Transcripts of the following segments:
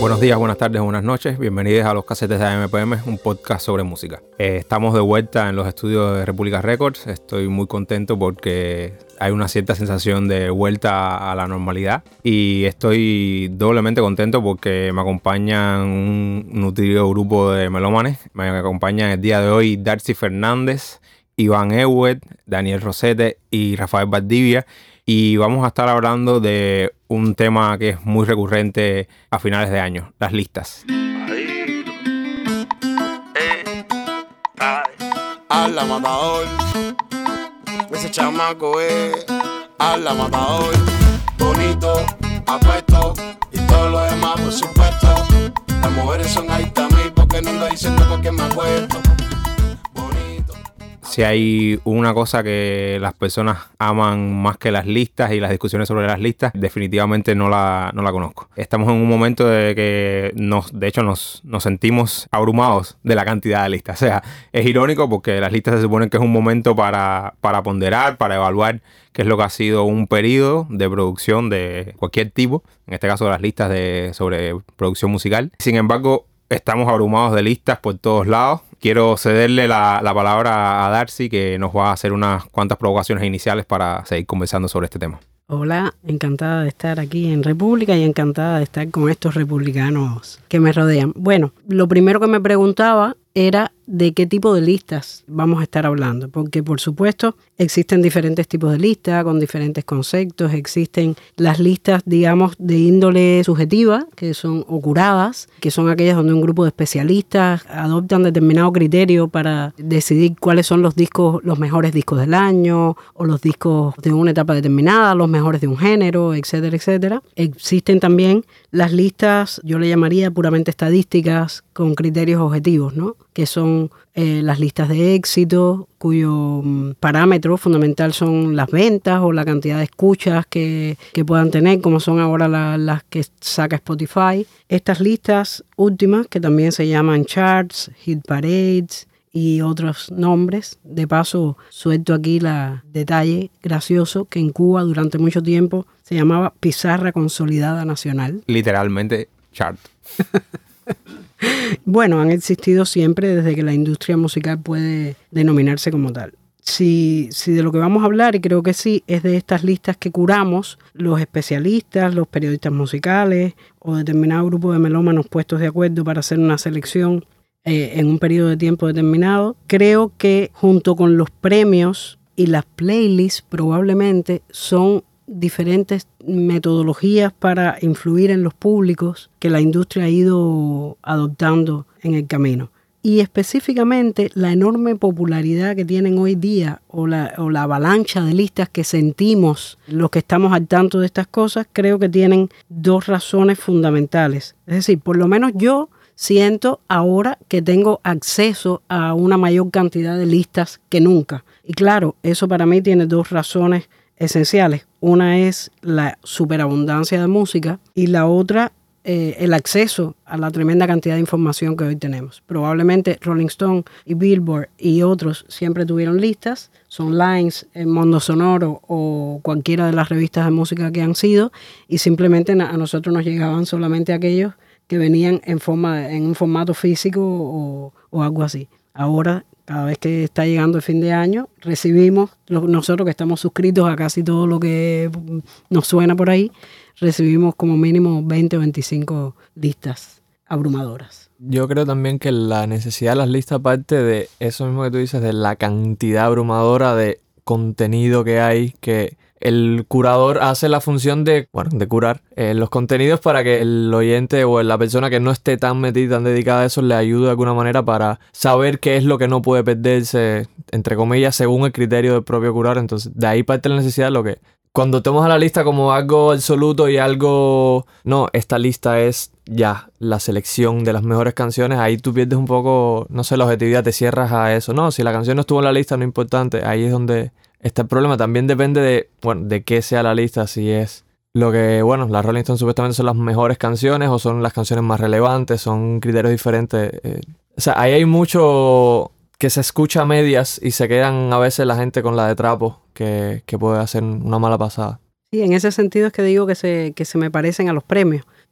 Buenos días, buenas tardes, buenas noches. Bienvenidos a Los Casetes de AMPM, un podcast sobre música. Estamos de vuelta en los estudios de República Records. Estoy muy contento porque hay una cierta sensación de vuelta a la normalidad. Y estoy doblemente contento porque me acompañan un nutrido grupo de melómanes. Me acompañan el día de hoy Darcy Fernández, Iván Ewet, Daniel Rosete y Rafael Valdivia. Y vamos a estar hablando de un tema que es muy recurrente a finales de año, las listas. Habla matador, ese chamaco es habla matador, bonito, apuesto y todo lo demás por supuesto. Las mujeres son adictas a mí porque no lo dicen no porque me acuesto. Si hay una cosa que las personas aman más que las listas y las discusiones sobre las listas, definitivamente no la conozco. Estamos en un momento de que nos sentimos abrumados de la cantidad de listas. O sea, es irónico porque las listas se suponen que es un momento para ponderar, para evaluar qué es lo que ha sido un periodo de producción de cualquier tipo, en este caso las listas sobre producción musical. Sin embargo, estamos abrumados de listas por todos lados. Quiero cederle la palabra a Darcy, que nos va a hacer unas cuantas provocaciones iniciales para seguir conversando sobre este tema. Hola, encantada de estar aquí en República y encantada de estar con estos republicanos que me rodean. Bueno, lo primero que me preguntaba era de qué tipo de listas vamos a estar hablando, porque por supuesto existen diferentes tipos de listas con diferentes conceptos. Existen las listas, digamos, de índole subjetiva, que son o curadas, que son aquellas donde un grupo de especialistas adoptan determinado criterio para decidir cuáles son los discos, los mejores discos del año, o los discos de una etapa determinada, los mejores de un género, etcétera, etcétera. Existen también las listas, yo le llamaría puramente estadísticas, con criterios objetivos, ¿no? Que son las listas de éxito, cuyo parámetro fundamental son las ventas o la cantidad de escuchas que puedan tener, como son ahora las que saca Spotify. Estas listas últimas, que también se llaman charts, hit parades y otros nombres. De paso, suelto aquí el detalle gracioso que en Cuba durante mucho tiempo se llamaba Pizarra Consolidada Nacional. Literalmente chart. Bueno, han existido siempre desde que la industria musical puede denominarse como tal. Si de lo que vamos a hablar, y creo que sí, es de estas listas que curamos los especialistas, los periodistas musicales o determinado grupo de melómanos puestos de acuerdo para hacer una selección en un periodo de tiempo determinado, creo que junto con los premios y las playlists probablemente son diferentes metodologías para influir en los públicos que la industria ha ido adoptando en el camino. Y específicamente la enorme popularidad que tienen hoy día o la avalancha de listas que sentimos los que estamos al tanto de estas cosas, creo que tienen dos razones fundamentales. Es decir, por lo menos yo siento ahora que tengo acceso a una mayor cantidad de listas que nunca. Y claro, eso para mí tiene dos razones esenciales. Una es la superabundancia de música y la otra el acceso a la tremenda cantidad de información que hoy tenemos. Probablemente Rolling Stone y Billboard y otros siempre tuvieron listas, son Lines, Mundo Sonoro o cualquiera de las revistas de música que han sido, y simplemente a nosotros nos llegaban solamente aquellos que venían en un formato físico o algo así. Ahora, cada vez que está llegando el fin de año, recibimos, nosotros que estamos suscritos a casi todo lo que nos suena por ahí, recibimos como mínimo 20 o 25 listas abrumadoras. Yo creo también que la necesidad de las listas parte de eso mismo que tú dices, de la cantidad abrumadora de contenido que hay, que el curador hace la función de curar los contenidos para que el oyente o la persona que no esté tan metida, tan dedicada a eso, le ayude de alguna manera para saber qué es lo que no puede perderse, entre comillas, según el criterio del propio curador. Entonces, de ahí parte la necesidad, lo que cuando tomas a la lista como algo absoluto y algo, no, esta lista es ya la selección de las mejores canciones, ahí tú pierdes un poco, no sé, la objetividad, te cierras a eso. No, si la canción no estuvo en la lista, no es importante, ahí es donde está el problema. También depende de qué sea la lista, si es lo que, las Rolling Stones supuestamente son las mejores canciones o son las canciones más relevantes, son criterios diferentes. O sea, ahí hay mucho que se escucha a medias y se quedan a veces la gente con la de trapo que puede hacer una mala pasada. Sí, en ese sentido es que digo que se me parecen a los premios,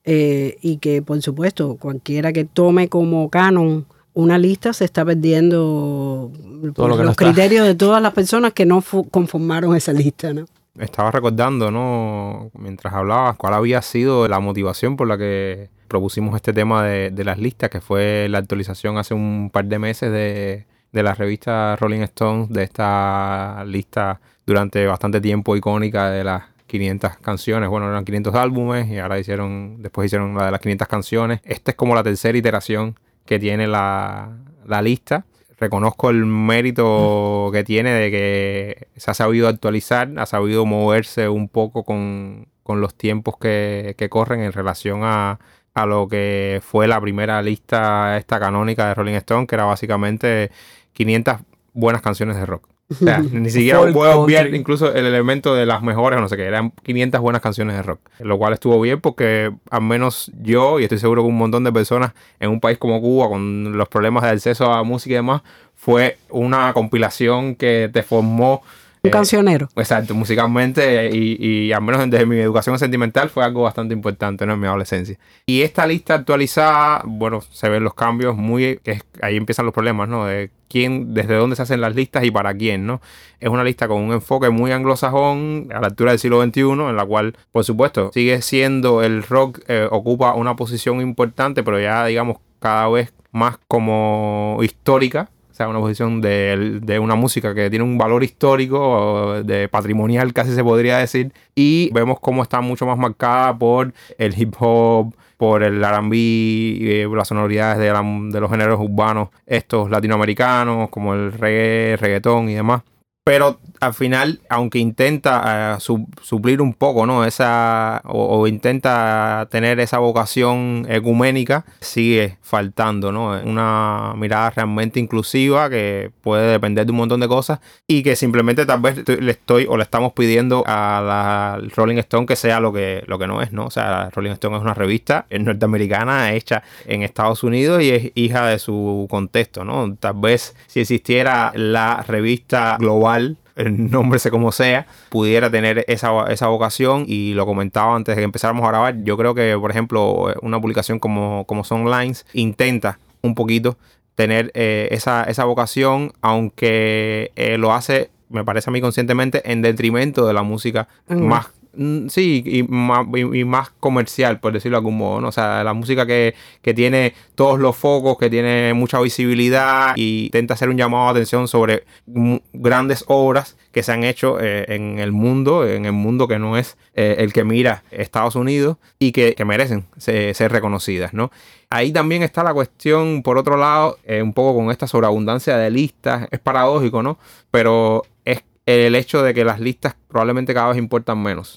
y que, por supuesto, cualquiera que tome como canon una lista se está perdiendo los criterios de todas las personas que no conformaron esa lista, ¿no? Estaba recordando, ¿no?, mientras hablabas, cuál había sido la motivación por la que propusimos este tema de las listas, que fue la actualización hace un par de meses de la revista Rolling Stone, de esta lista durante bastante tiempo icónica de las 500 canciones. Bueno, eran 500 álbumes y ahora después hicieron la de las 500 canciones. Esta es como la tercera iteración que tiene la lista. Reconozco el mérito que tiene de que se ha sabido actualizar, ha sabido moverse un poco con los tiempos que corren en relación a lo que fue la primera lista esta canónica de Rolling Stone, que era básicamente 500 buenas canciones de rock. O sea, ni siquiera puedo obviar incluso el elemento de las mejores o no sé qué, eran 500 buenas canciones de rock, lo cual estuvo bien porque al menos yo, y estoy seguro que un montón de personas en un país como Cuba, con los problemas de acceso a música y demás, fue una compilación que te formó un cancionero. Exacto, musicalmente y al menos desde mi educación sentimental fue algo bastante importante, ¿no?, en mi adolescencia. Y esta lista actualizada, bueno, se ven los cambios ahí empiezan los problemas, ¿no?, de desde dónde se hacen las listas y para quién, ¿no? Es una lista con un enfoque muy anglosajón a la altura del siglo XXI, en la cual, por supuesto, sigue siendo el rock, ocupa una posición importante, pero ya, digamos, cada vez más como histórica. O sea, una posición de una música que tiene un valor histórico, de patrimonial casi se podría decir. Y vemos cómo está mucho más marcada por el hip hop, por el R&B, las sonoridades de los géneros urbanos, estos latinoamericanos, como el reggae, reggaetón y demás. Pero al final, aunque intenta suplir un poco, ¿no?, o intenta tener esa vocación ecuménica, sigue faltando, ¿no?, una mirada realmente inclusiva que puede depender de un montón de cosas y que simplemente tal vez le estamos pidiendo a la Rolling Stone que sea lo que no es, ¿no? O sea, Rolling Stone es una revista norteamericana hecha en Estados Unidos y es hija de su contexto, ¿no? Tal vez si existiera la revista global, el nombre sea como sea, pudiera tener esa vocación. Y lo comentaba antes de que empezáramos a grabar, yo creo que, por ejemplo, una publicación como Songlines intenta un poquito tener esa vocación, aunque lo hace, me parece a mí conscientemente, en detrimento de la música más y más comercial, por decirlo de algún modo, ¿no? O sea, la música que tiene todos los focos, que tiene mucha visibilidad y intenta hacer un llamado de atención sobre grandes obras que se han hecho en el mundo que no es el que mira Estados Unidos y que merecen ser reconocidas, ¿no? Ahí también está la cuestión, por otro lado, un poco con esta sobreabundancia de listas, es paradójico, ¿no? Pero es el hecho de que las listas probablemente cada vez importan menos.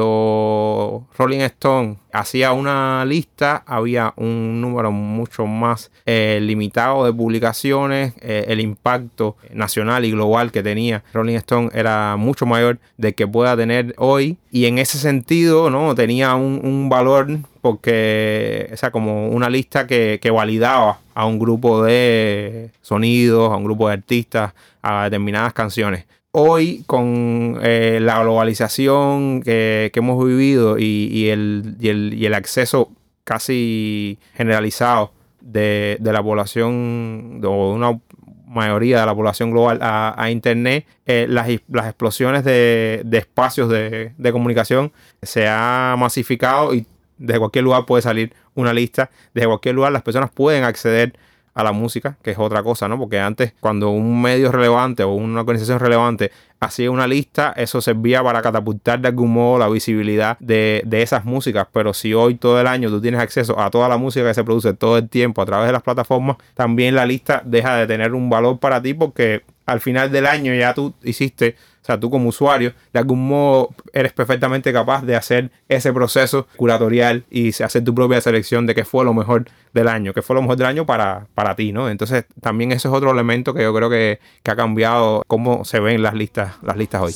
Cuando Rolling Stone hacía una lista, había un número mucho más limitado de publicaciones. El impacto nacional y global que tenía Rolling Stone era mucho mayor del que pueda tener hoy. Y en ese sentido, ¿no?, tenía un valor porque, o sea, como una lista que validaba a un grupo de sonidos, a un grupo de artistas, a determinadas canciones. Hoy, con la globalización que hemos vivido y el acceso casi generalizado de la población, o una mayoría de la población global a Internet, las explosiones de espacios de comunicación se ha masificado y desde cualquier lugar puede salir una lista. Desde cualquier lugar las personas pueden acceder a la música, que es otra cosa, ¿no? Porque antes, cuando un medio relevante o una organización relevante hacía una lista, eso servía para catapultar de algún modo la visibilidad de esas músicas. Pero si hoy todo el año tú tienes acceso a toda la música que se produce todo el tiempo a través de las plataformas, también la lista deja de tener un valor para ti, porque al final del año ya tú hiciste, o sea, tú como usuario, de algún modo eres perfectamente capaz de hacer ese proceso curatorial y hacer tu propia selección de qué fue lo mejor del año, qué fue lo mejor del año para ti, ¿no? Entonces, también eso es otro elemento que yo creo que ha cambiado cómo se ven las listas hoy.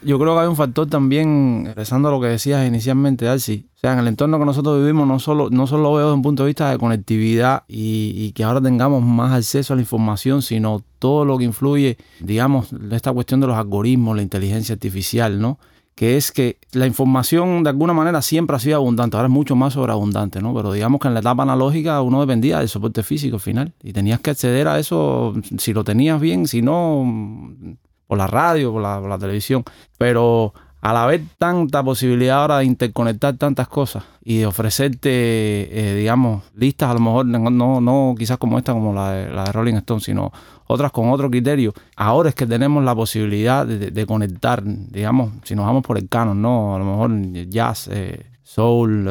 Yo creo que hay un factor también, regresando a lo que decías inicialmente, Darcy. O sea, en el entorno que nosotros vivimos no solo lo veo desde un punto de vista de conectividad y que ahora tengamos más acceso a la información, sino todo lo que influye, digamos, esta cuestión de los algoritmos, la inteligencia artificial, ¿no? Que es que la información de alguna manera siempre ha sido abundante, ahora es mucho más sobreabundante, ¿no? Pero digamos que en la etapa analógica uno dependía del soporte físico al final y tenías que acceder a eso si lo tenías bien, si no, por la radio, por la televisión. Pero al haber tanta posibilidad ahora de interconectar tantas cosas y de ofrecerte, digamos, listas a lo mejor no quizás como esta, como la de Rolling Stone, sino otras con otro criterio. Ahora es que tenemos la posibilidad de conectar, digamos, si nos vamos por el canon, ¿no? A lo mejor jazz, soul,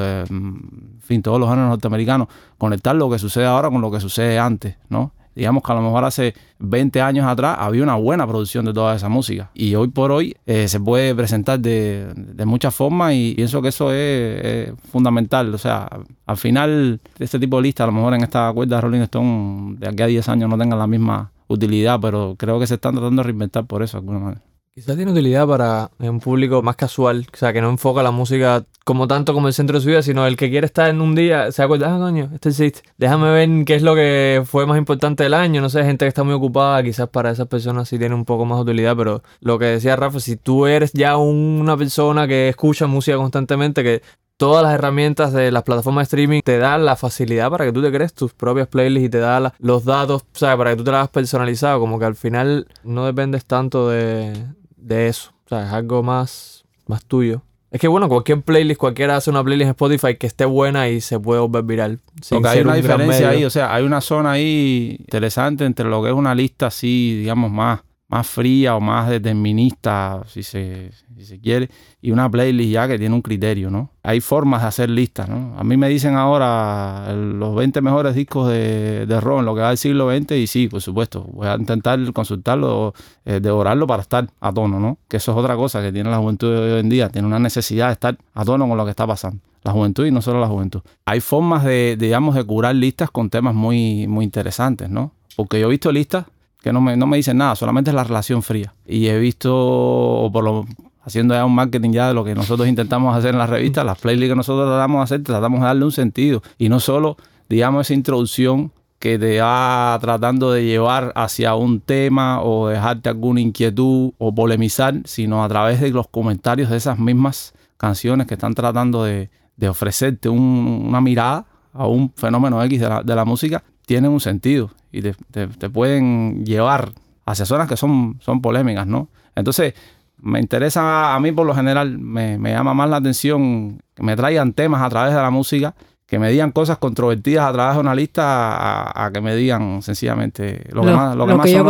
en fin, todos los géneros norteamericanos, conectar lo que sucede ahora con lo que sucede antes, ¿no? Digamos que a lo mejor hace 20 años atrás había una buena producción de toda esa música y hoy por hoy se puede presentar de muchas formas y pienso que eso es fundamental. O sea, al final este tipo de listas, a lo mejor en esta cuerda de Rolling Stone de aquí a 10 años no tengan la misma utilidad, pero creo que se están tratando de reinventar por eso de alguna manera. Quizás tiene utilidad para un público más casual, o sea, que no enfoca la música como tanto como el centro de su vida, sino el que quiere estar en un día, se acuerda, coño, este existe. Déjame ver qué es lo que fue más importante del año, no sé, gente que está muy ocupada, quizás para esas personas sí tiene un poco más de utilidad, pero lo que decía Rafa, si tú eres ya una persona que escucha música constantemente, que todas las herramientas de las plataformas de streaming te dan la facilidad para que tú te crees tus propias playlists y te dan los datos, o sea, para que tú te las hagas personalizado, como que al final no dependes tanto de eso, o sea, es algo más tuyo. Es que bueno, cualquiera hace una playlist en Spotify que esté buena y se puede volver viral. Porque hay una diferencia ahí, o sea, hay una zona ahí interesante entre lo que es una lista así, digamos, más fría o más determinista, si se quiere, y una playlist ya que tiene un criterio, ¿no? Hay formas de hacer listas, ¿no? A mí me dicen ahora los 20 mejores discos de rock en lo que va del siglo XX y sí, por supuesto, voy a intentar consultarlo, devorarlo para estar a tono, ¿no? Que eso es otra cosa que tiene la juventud de hoy en día, tiene una necesidad de estar a tono con lo que está pasando. La juventud y no solo la juventud. Hay formas digamos, de curar listas con temas muy, muy interesantes, ¿no? Porque yo he visto listas que no me dicen nada, solamente es la relación fría. Y he visto, haciendo ya un marketing ya de lo que nosotros intentamos hacer en las revistas, las playlists que nosotros tratamos de darle un sentido. Y no solo, digamos, esa introducción que te va tratando de llevar hacia un tema o dejarte alguna inquietud o polemizar, sino a través de los comentarios de esas mismas canciones que están tratando de ofrecerte una mirada a un fenómeno X de la música, tienen un sentido y te pueden llevar hacia zonas que son polémicas, ¿no? Entonces, me interesa, a mí por lo general, me llama más la atención que me traigan temas a través de la música, que me digan cosas controvertidas a través de una lista a que me digan sencillamente lo que más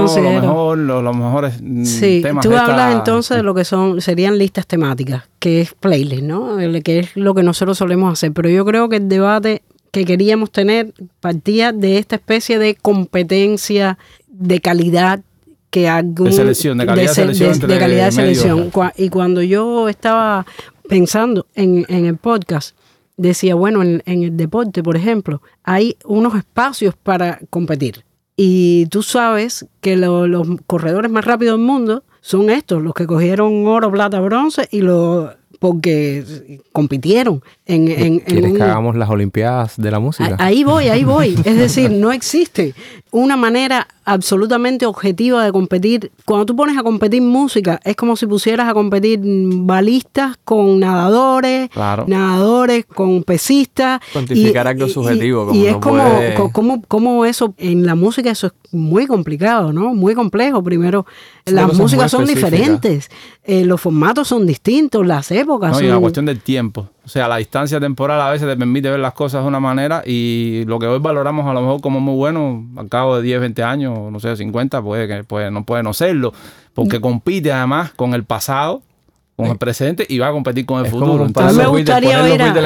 sonó, los mejores sí, temas. Tú hablas entonces de lo que serían listas temáticas, que es playlist, ¿no? Que es lo que nosotros solemos hacer, pero yo creo que el debate que queríamos tener partía de esta especie de competencia de calidad que de selección, de calidad de selección. Y cuando yo estaba pensando en el podcast, decía, bueno, en el deporte, por ejemplo, hay unos espacios para competir. Y tú sabes que los corredores más rápidos del mundo son estos, los que cogieron oro, plata, bronce porque compitieron ¿Quieres que hagamos las Olimpiadas de la música? Ahí voy. Es decir, no existe una manera absolutamente objetiva de competir. Cuando tú pones a competir música, es como si pusieras a competir balistas con nadadores, claro, nadadores con pesistas. Cuantificar algo subjetivo. Como y es como eso, en la música eso es muy complicado, ¿no? Muy complejo. Primero, las músicas son diferentes, los formatos son distintos, las épocas son... Y la cuestión del tiempo. O sea, la distancia temporal a veces te permite ver las cosas de una manera y lo que hoy valoramos a lo mejor como muy bueno, al cabo de 10, 20 años, no sé, 50, no puede no serlo, porque compite además con el pasado, con el presente y va a competir con el futuro. Entonces, me gustaría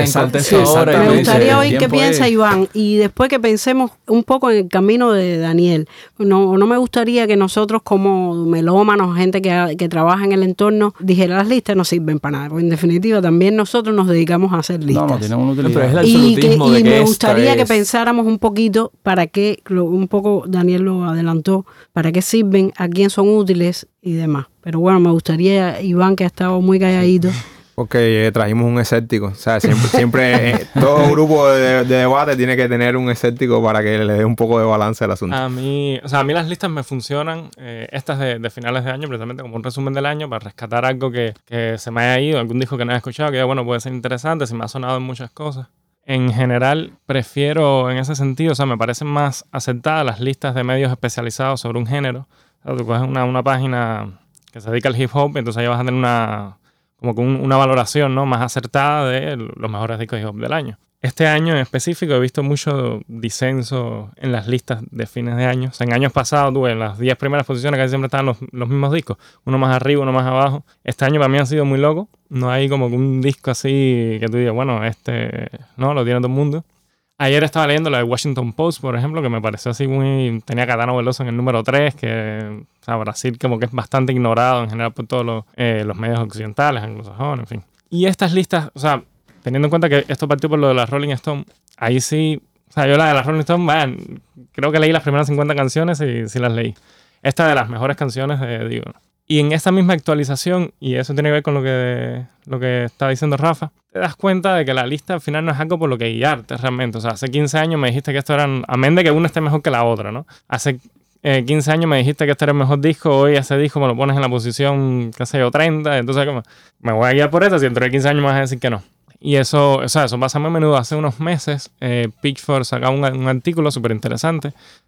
oír qué piensa Iván y después que pensemos un poco en el camino de Daniel. No me gustaría que nosotros como melómanos, gente que trabaja en el entorno, dijera las listas no sirven para nada, porque en definitiva también nosotros nos dedicamos a hacer listas. No tienen una utilidad. Pero es el absolutismo y me gustaría que pensáramos un poquito para qué, un poco Daniel lo adelantó, para qué sirven, a quién son útiles y demás. Pero bueno, me gustaría, Iván, que ha estado muy calladito. Porque trajimos un escéptico. O sea, siempre todo grupo de debate tiene que tener un escéptico para que le dé un poco de balance al asunto. A mí las listas me funcionan, estas de finales de año, precisamente como un resumen del año, para rescatar algo que se me haya ido, algún disco que no haya escuchado, que bueno, puede ser interesante, si me ha sonado en muchas cosas. En general, prefiero en ese sentido, o sea, me parecen más acertadas las listas de medios especializados sobre un género. O sea, tú coges una página que se dedica al hip hop, entonces ahí vas a tener una valoración, ¿no?, más acertada de los mejores discos de hip hop del año. Este año en específico he visto mucho disenso en las listas de fines de año. O sea, en años pasados tuve en las 10 primeras posiciones casi siempre estaban los mismos discos. Uno más arriba, uno más abajo. Este año para mí ha sido muy loco. No hay como un disco así que tú digas, bueno, no, lo tiene todo el mundo. Ayer estaba leyendo la de Washington Post, por ejemplo, que me pareció así tenía Caetano Veloso en el número 3, que, o sea, Brasil como que es bastante ignorado en general por todos los medios occidentales, anglosajones, en fin. Y estas listas, o sea, teniendo en cuenta que esto partió por lo de la Rolling Stone, ahí sí, o sea, yo la de la Rolling Stone, creo que leí las primeras 50 canciones y sí las leí. Esta de las mejores canciones digo. Y en esta misma actualización, y eso tiene que ver con lo que estaba diciendo Rafa, te das cuenta de que la lista al final no es algo por lo que guiarte realmente. O sea, hace 15 años me dijiste que esto era, amén de que una esté mejor que la otra, ¿no? Hace 15 años me dijiste que este era el mejor disco, hoy ese disco me lo pones en la posición, qué sé yo, 30, entonces me voy a guiar por esta, si dentro de 15 años me vas a decir que no. Y eso pasa muy a menudo. Hace unos meses, Pitchfork sacaba un artículo súper interesante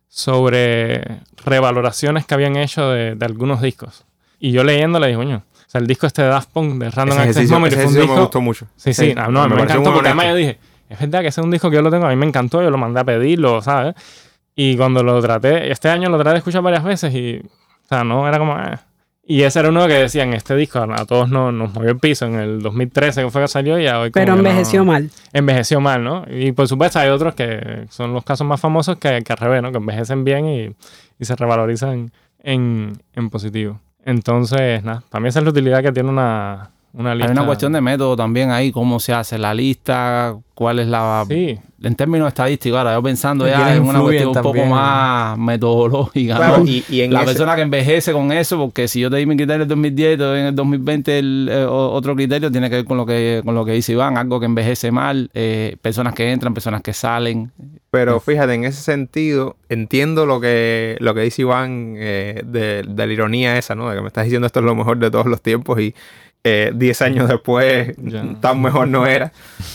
sobre revaloraciones que habían hecho de algunos discos. Y yo leyendo le dije, coño, o sea, el disco de Daft Punk de Random Access Memory fue un disco... me gustó mucho. Sí, a mí me encantó porque además yo dije, es verdad que ese es un disco que yo lo tengo, a mí me encantó, yo lo mandé a pedirlo, ¿sabes? Y cuando lo traté, este año lo traté de escuchar varias veces y, o sea, no, era como... Y ese era uno que decían, este disco a todos nos movió el piso en el 2013 que fue que salió y hoy... Pero envejeció mal. Envejeció mal, ¿no? Y por supuesto hay otros que son los casos más famosos que al revés, ¿no? Que envejecen bien y se revalorizan en positivo. Entonces, nada, para mí esa es la utilidad que tiene una lista. Hay una cuestión de método también ahí, cómo se hace la lista, cuál es la... Sí. En términos estadísticos, ahora yo pensando ya en una cuestión un poco más metodológica, claro, ¿no? y en la persona que envejece con eso, porque si yo te di mi criterio en el 2010 y te doy en el 2020 otro criterio, tiene que ver con lo que dice Iván, algo que envejece mal, personas que entran, personas que salen. Pero fíjate, en ese sentido, entiendo lo que dice Iván de la ironía esa, ¿no? De que me estás diciendo esto es lo mejor de todos los tiempos y 10 años después tan mejor no era.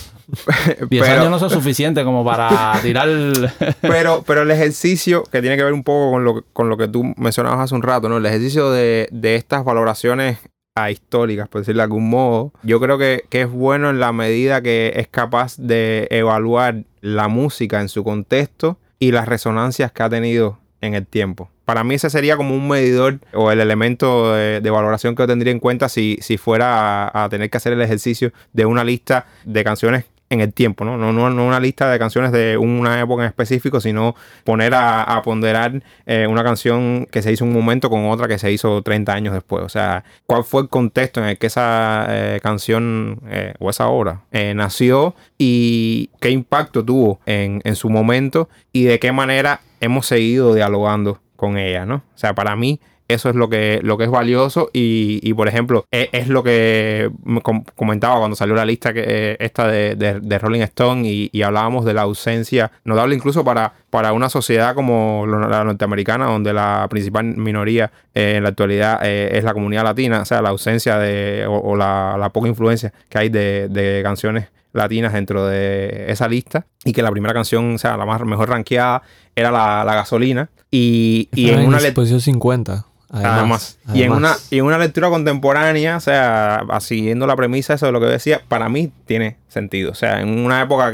10 años no son suficientes como para tirar... pero el ejercicio, que tiene que ver un poco con lo que tú mencionabas hace un rato, ¿no? El ejercicio de estas valoraciones ahistóricas, por decirlo de algún modo, yo creo que es bueno en la medida que es capaz de evaluar la música en su contexto y las resonancias que ha tenido en el tiempo. Para mí ese sería como un medidor o el elemento de valoración que yo tendría en cuenta si fuera a tener que hacer el ejercicio de una lista de canciones en el tiempo, ¿no? No una lista de canciones de una época en específico, sino poner a ponderar una canción que se hizo en un momento con otra que se hizo 30 años después. O sea, ¿cuál fue el contexto en el que esa canción o esa obra nació y qué impacto tuvo en su momento y de qué manera hemos seguido dialogando con ella, ¿no? O sea, para mí eso es lo que es valioso y por ejemplo, es lo que comentaba cuando salió la lista esta de Rolling Stone y hablábamos de la ausencia notable incluso para una sociedad como la norteamericana, donde la principal minoría en la actualidad es la comunidad latina, o sea, la ausencia o la poca influencia que hay de canciones latinas dentro de esa lista y que la primera canción, o sea, la mejor rankeada era la Gasolina y en una posición 50. Además. Y en una lectura contemporánea, o sea, siguiendo la premisa eso de lo que decía, para mí tiene sentido. O sea, en una época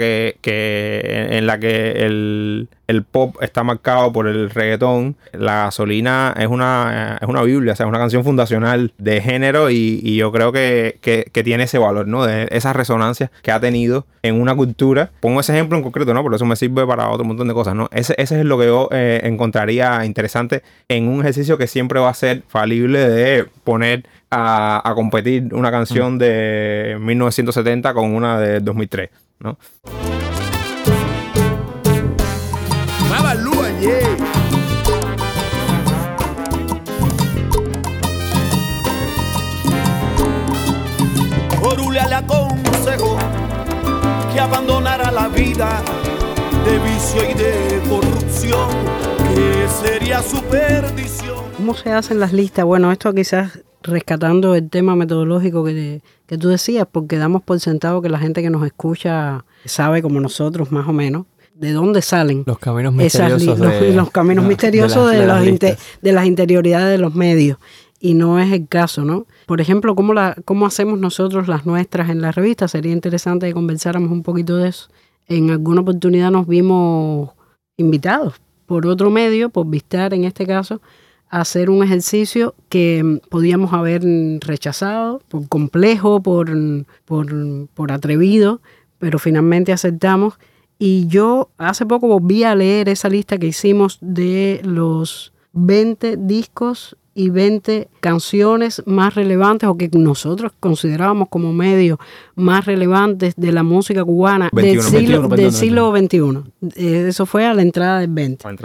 en la que el pop está marcado por el reggaetón, La Gasolina es una biblia, o sea, es una canción fundacional de género y yo creo que tiene ese valor, ¿no? De esas resonancias que ha tenido en una cultura. Pongo ese ejemplo en concreto, ¿no? Pero eso me sirve para otro montón de cosas, ¿no? Ese es lo que yo encontraría interesante en un ejercicio que siempre va a ser falible de poner a competir una canción de 1970 con una de 2003, ¿no? que abandonara la vida de vicio y de corrupción, que sería su perdición. ¿Cómo se hacen las listas? Bueno, esto quizás rescatando el tema metodológico que tú decías, porque damos por sentado que la gente que nos escucha sabe como nosotros más o menos de dónde salen los caminos misteriosos los caminos misteriosos de las interioridades de los medios. Y no es el caso, ¿no? Por ejemplo, ¿cómo hacemos nosotros las nuestras en la revista? Sería interesante que conversáramos un poquito de eso. En alguna oportunidad nos vimos invitados por otro medio, por Vistar en este caso, a hacer un ejercicio que podíamos haber rechazado por complejo, por atrevido, pero finalmente aceptamos. Y yo hace poco volví a leer esa lista que hicimos de los 20 discos y 20 canciones más relevantes o que nosotros considerábamos como medio más relevantes de la música cubana del siglo XXI. Eso fue a la entrada del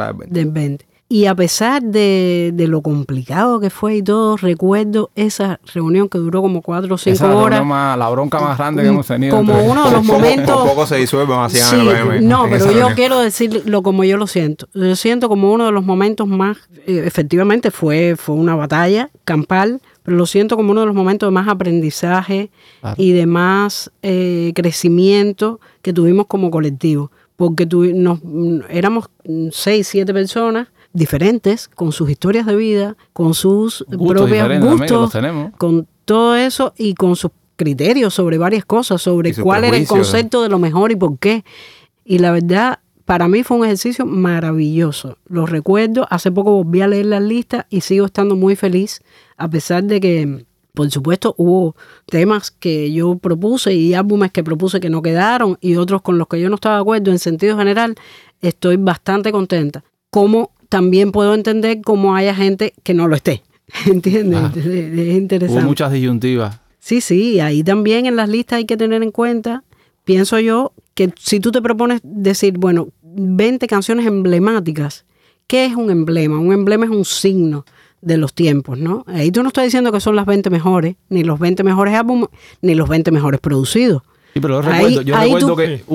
20. Y a pesar de lo complicado que fue y todo, recuerdo esa reunión que duró como 4 o 5 horas. La bronca más grande que hemos tenido. Como uno de los momentos... Por poco se disuelve, sí, no, pero yo quiero decirlo como yo lo siento. Yo siento como uno de los momentos más... efectivamente fue una batalla campal, pero lo siento como uno de los momentos de más aprendizaje y de más crecimiento que tuvimos como colectivo. Porque éramos 6, 7 personas diferentes, con sus historias de vida, con sus propios gustos, con todo eso y con sus criterios sobre varias cosas, sobre cuál era el concepto de lo mejor y por qué. Y la verdad, para mí fue un ejercicio maravilloso. Lo recuerdo, hace poco volví a leer las listas y sigo estando muy feliz, a pesar de que, por supuesto, hubo temas que yo propuse y álbumes que propuse que no quedaron y otros con los que yo no estaba de acuerdo. En sentido general, estoy bastante contenta. Como también puedo entender cómo haya gente que no lo esté. ¿Entiendes? Es interesante. Hubo muchas disyuntivas. Sí, ahí también en las listas hay que tener en cuenta, pienso yo, que si tú te propones decir, bueno, 20 canciones emblemáticas, ¿qué es un emblema? Un emblema es un signo de los tiempos, ¿no? Ahí tú no estás diciendo que son las 20 mejores, ni los 20 mejores álbumes, ni los 20 mejores producidos. Sí, pero yo recuerdo que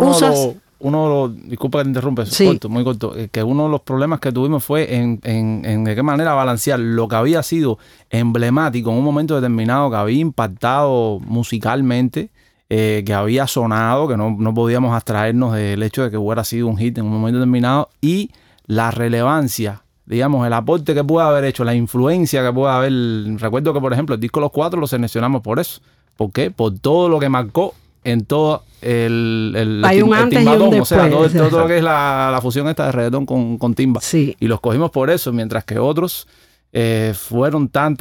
disculpa que te interrumpa, muy corto, que uno de los problemas que tuvimos fue en de qué manera balancear lo que había sido emblemático en un momento determinado, que había impactado musicalmente, que había sonado, que no podíamos abstraernos del hecho de que hubiera sido un hit en un momento determinado, y la relevancia, digamos, el aporte que puede haber hecho, la influencia que puede haber. Recuerdo que, por ejemplo, el disco Los Cuatro lo seleccionamos por eso. ¿Por qué? Por todo lo que marcó en todo hay un antes y un después. O sea, todo lo que es la fusión esta de reggaetón con timba. Sí. Y los cogimos por eso, mientras que otros fueron tan,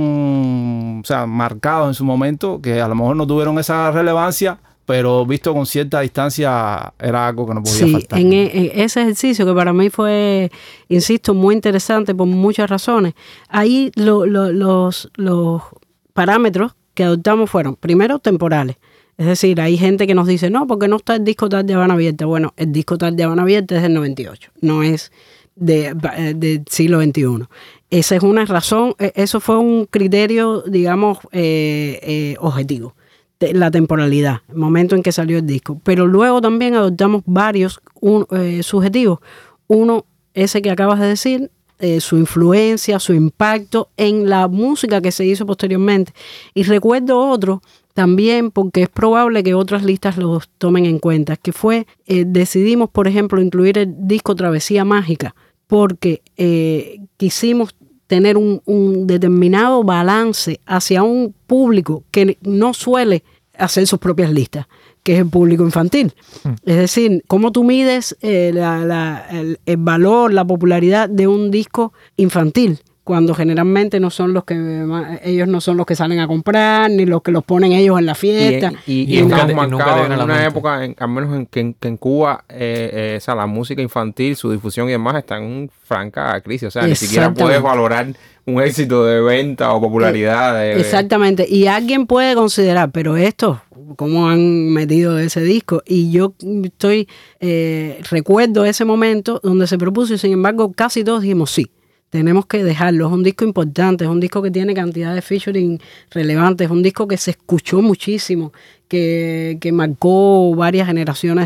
o sea, marcados en su momento, que a lo mejor no tuvieron esa relevancia, pero visto con cierta distancia era algo que no podía faltar. En ese ejercicio que para mí fue, insisto, muy interesante por muchas razones. Ahí los parámetros que adoptamos fueron, primero, temporales. Es decir, hay gente que nos dice, no, porque no está el disco tal de Habana Abierta. Bueno, el disco tal de Habana Abierta es del 98, no es del siglo XXI. Esa es una razón, eso fue un criterio, digamos, objetivo, la temporalidad, el momento en que salió el disco. Pero luego también adoptamos varios subjetivos. Uno, ese que acabas de decir, su influencia, su impacto en la música que se hizo posteriormente. Y recuerdo otro también, porque es probable que otras listas los tomen en cuenta, que fue, decidimos, por ejemplo, incluir el disco Travesía Mágica, porque quisimos tener un determinado balance hacia un público que no suele hacer sus propias listas, que es el público infantil. Es decir, cómo tú mides el valor, la popularidad de un disco infantil, cuando generalmente ellos no son los que salen a comprar, ni los que los ponen ellos en la fiesta. Y hemos marcado en una época, al menos en Cuba, la música infantil, su difusión y demás está en franca crisis. O sea, ni siquiera puedes valorar un éxito de venta o popularidad. Exactamente. Y alguien puede considerar, pero esto, ¿cómo han metido ese disco? Y yo recuerdo ese momento donde se propuso y sin embargo casi todos dijimos sí. tenemos que dejarlo. Es un disco importante, es un disco que tiene cantidad de featuring relevantes, es un disco que se escuchó muchísimo, que marcó varias generaciones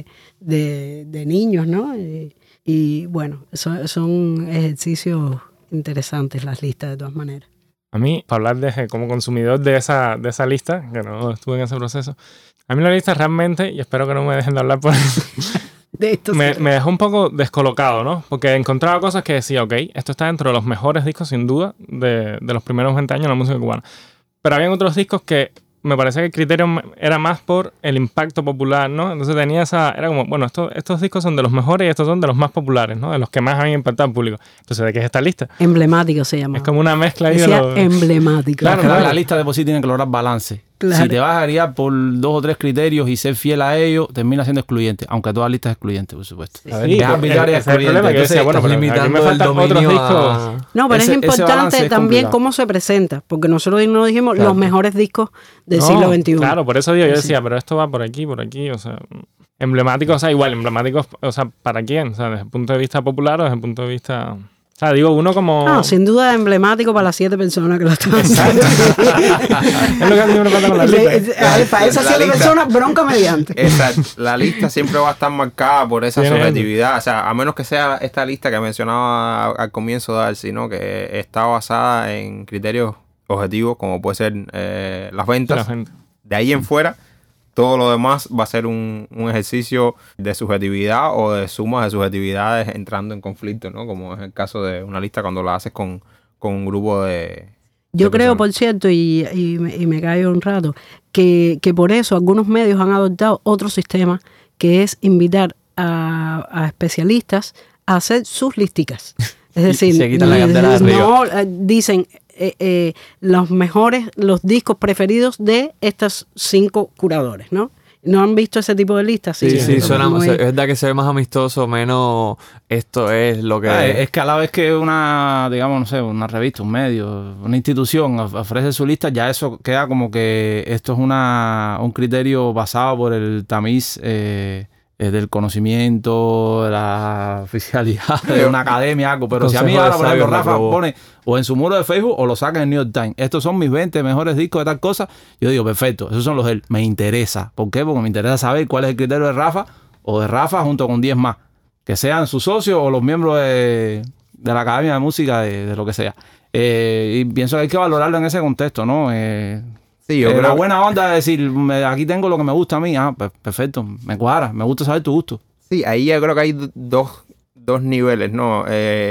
de niños, ¿no? Y bueno, son ejercicios interesantes las listas de todas maneras. A mí, para hablar como consumidor de esa lista, que no estuve en ese proceso, a mí la lista realmente, y espero que no me dejen de hablar por eso, me dejó un poco descolocado, ¿no? Porque encontraba cosas que decía, ok, esto está dentro de los mejores discos, sin duda, de los primeros 20 años de la música cubana. Pero había otros discos que me parecía que el criterio era más por el impacto popular, ¿no? Entonces era como, bueno, estos discos son de los mejores y estos son de los más populares, ¿no? De los que más han impactado al público. Entonces, ¿de qué es esta lista? Emblemático se llama. Es como una mezcla ahí emblemático. Claro, la lista de por sí tiene que lograr balance. Claro. Si te vas a guiar por 2 o 3 criterios y ser fiel a ellos, termina siendo excluyente, aunque toda lista es excluyente, por supuesto. Sí, es arbitraria es excluyente. Entonces, decía, bueno, pero limitando me faltan otros discos. No, pero es importante también cómo se presenta, porque nosotros no dijimos los mejores discos del siglo XXI. Claro, por eso yo decía, pero esto va por aquí, o sea, emblemático, o sea, igual, emblemáticos, o sea, ¿para quién? O sea, desde el punto de vista popular o desde el punto de vista... O sea, digo, uno como... No, sin duda emblemático para las 7 personas que lo están haciendo. Es lo que siempre pasa con la lista. Para esas 7 personas, bronca mediante. Exacto. La lista siempre va a estar marcada por esa subjetividad. O sea, a menos que sea esta lista que mencionaba al comienzo, Darcy, ¿no? Que está basada en criterios objetivos, como puede ser las ventas. De ahí en fuera, todo lo demás va a ser un ejercicio de subjetividad o de sumas de subjetividades entrando en conflicto, ¿no? Como es el caso de una lista cuando la haces con un grupo de... Yo creo, por cierto, y me callo un rato, que por eso algunos medios han adoptado otro sistema, que es invitar a especialistas a hacer sus listicas. Es decir, se quitan la candela de arriba. No, dicen... los discos preferidos de estos 5 curadores, ¿no? ¿No han visto ese tipo de listas? Sí, suena más, es verdad que se ve más amistoso, menos esto es lo que... es que a la vez que una, digamos, no sé, una revista, un medio, una institución ofrece su lista, ya eso queda como que esto es un criterio basado por el tamiz del conocimiento, de la oficialidad de una academia, algo. Pero si a mí ahora, por ejemplo, Rafa pone o en su muro de Facebook o lo saca en el New York Times, estos son mis 20 mejores discos de tal cosa, yo digo, perfecto, esos son los de él. Me interesa. ¿Por qué? Porque me interesa saber cuál es el criterio de Rafa o de Rafa junto con 10 más, que sean sus socios o los miembros de la Academia de Música, de lo que sea. Y pienso que hay que valorarlo en ese contexto, ¿no? Sí, yo creo la buena onda de decir, aquí tengo lo que me gusta a mí. Pues perfecto, me cuadra, me gusta saber tu gusto. Sí, ahí yo creo que hay dos niveles, ¿no?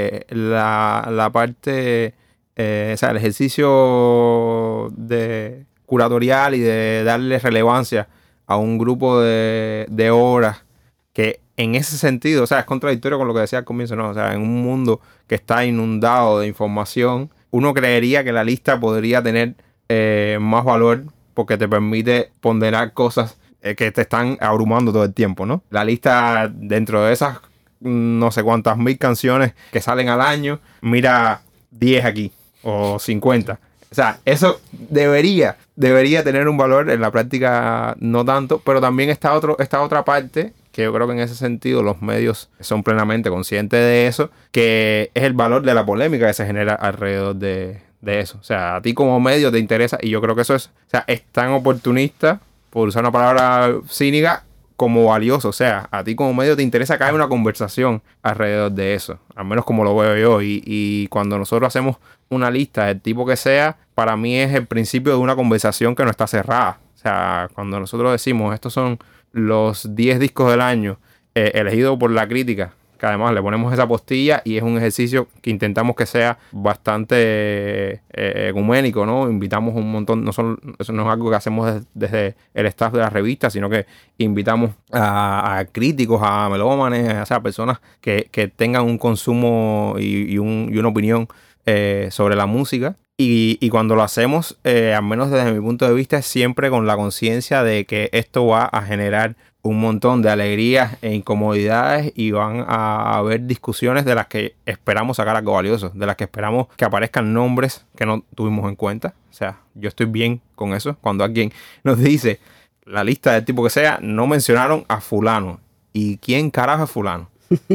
La parte, o sea, el ejercicio de curatorial y de darle relevancia a un grupo de obras que en ese sentido, o sea, es contradictorio con lo que decía al comienzo, ¿no? O sea, en un mundo que está inundado de información, uno creería que la lista podría tener más valor porque te permite ponderar cosas que te están abrumando todo el tiempo, ¿no? La lista, dentro de esas no sé cuántas 1000 canciones que salen al año, mira 10 aquí o 50. O sea, eso debería tener un valor, en la práctica no tanto, pero también esta otra parte que yo creo que en ese sentido los medios son plenamente conscientes de eso, que es el valor de la polémica que se genera alrededor de eso. O sea, a ti como medio te interesa, y yo creo que eso es tan oportunista, por usar una palabra cínica, como valioso. O sea, a ti como medio te interesa que haya una conversación alrededor de eso, al menos como lo veo yo. Y cuando nosotros hacemos una lista del tipo que sea, para mí es el principio de una conversación que no está cerrada. O sea, cuando nosotros decimos, estos son los 10 discos del año elegidos por la crítica, que además le ponemos esa postilla, y es un ejercicio que intentamos que sea bastante ecuménico, ¿no? Invitamos un montón, eso no es algo que hacemos desde el staff de la revista, sino que invitamos a críticos, a melómanes, o sea, personas que tengan un consumo y una opinión sobre la música. Y cuando lo hacemos, al menos desde mi punto de vista, es siempre con la conciencia de que esto va a generar un montón de alegrías e incomodidades, y van a haber discusiones de las que esperamos sacar algo valioso, de las que esperamos que aparezcan nombres que no tuvimos en cuenta. O sea, yo estoy bien con eso. Cuando alguien nos dice, la lista del tipo que sea, no mencionaron a fulano. ¿Y quién carajo es fulano?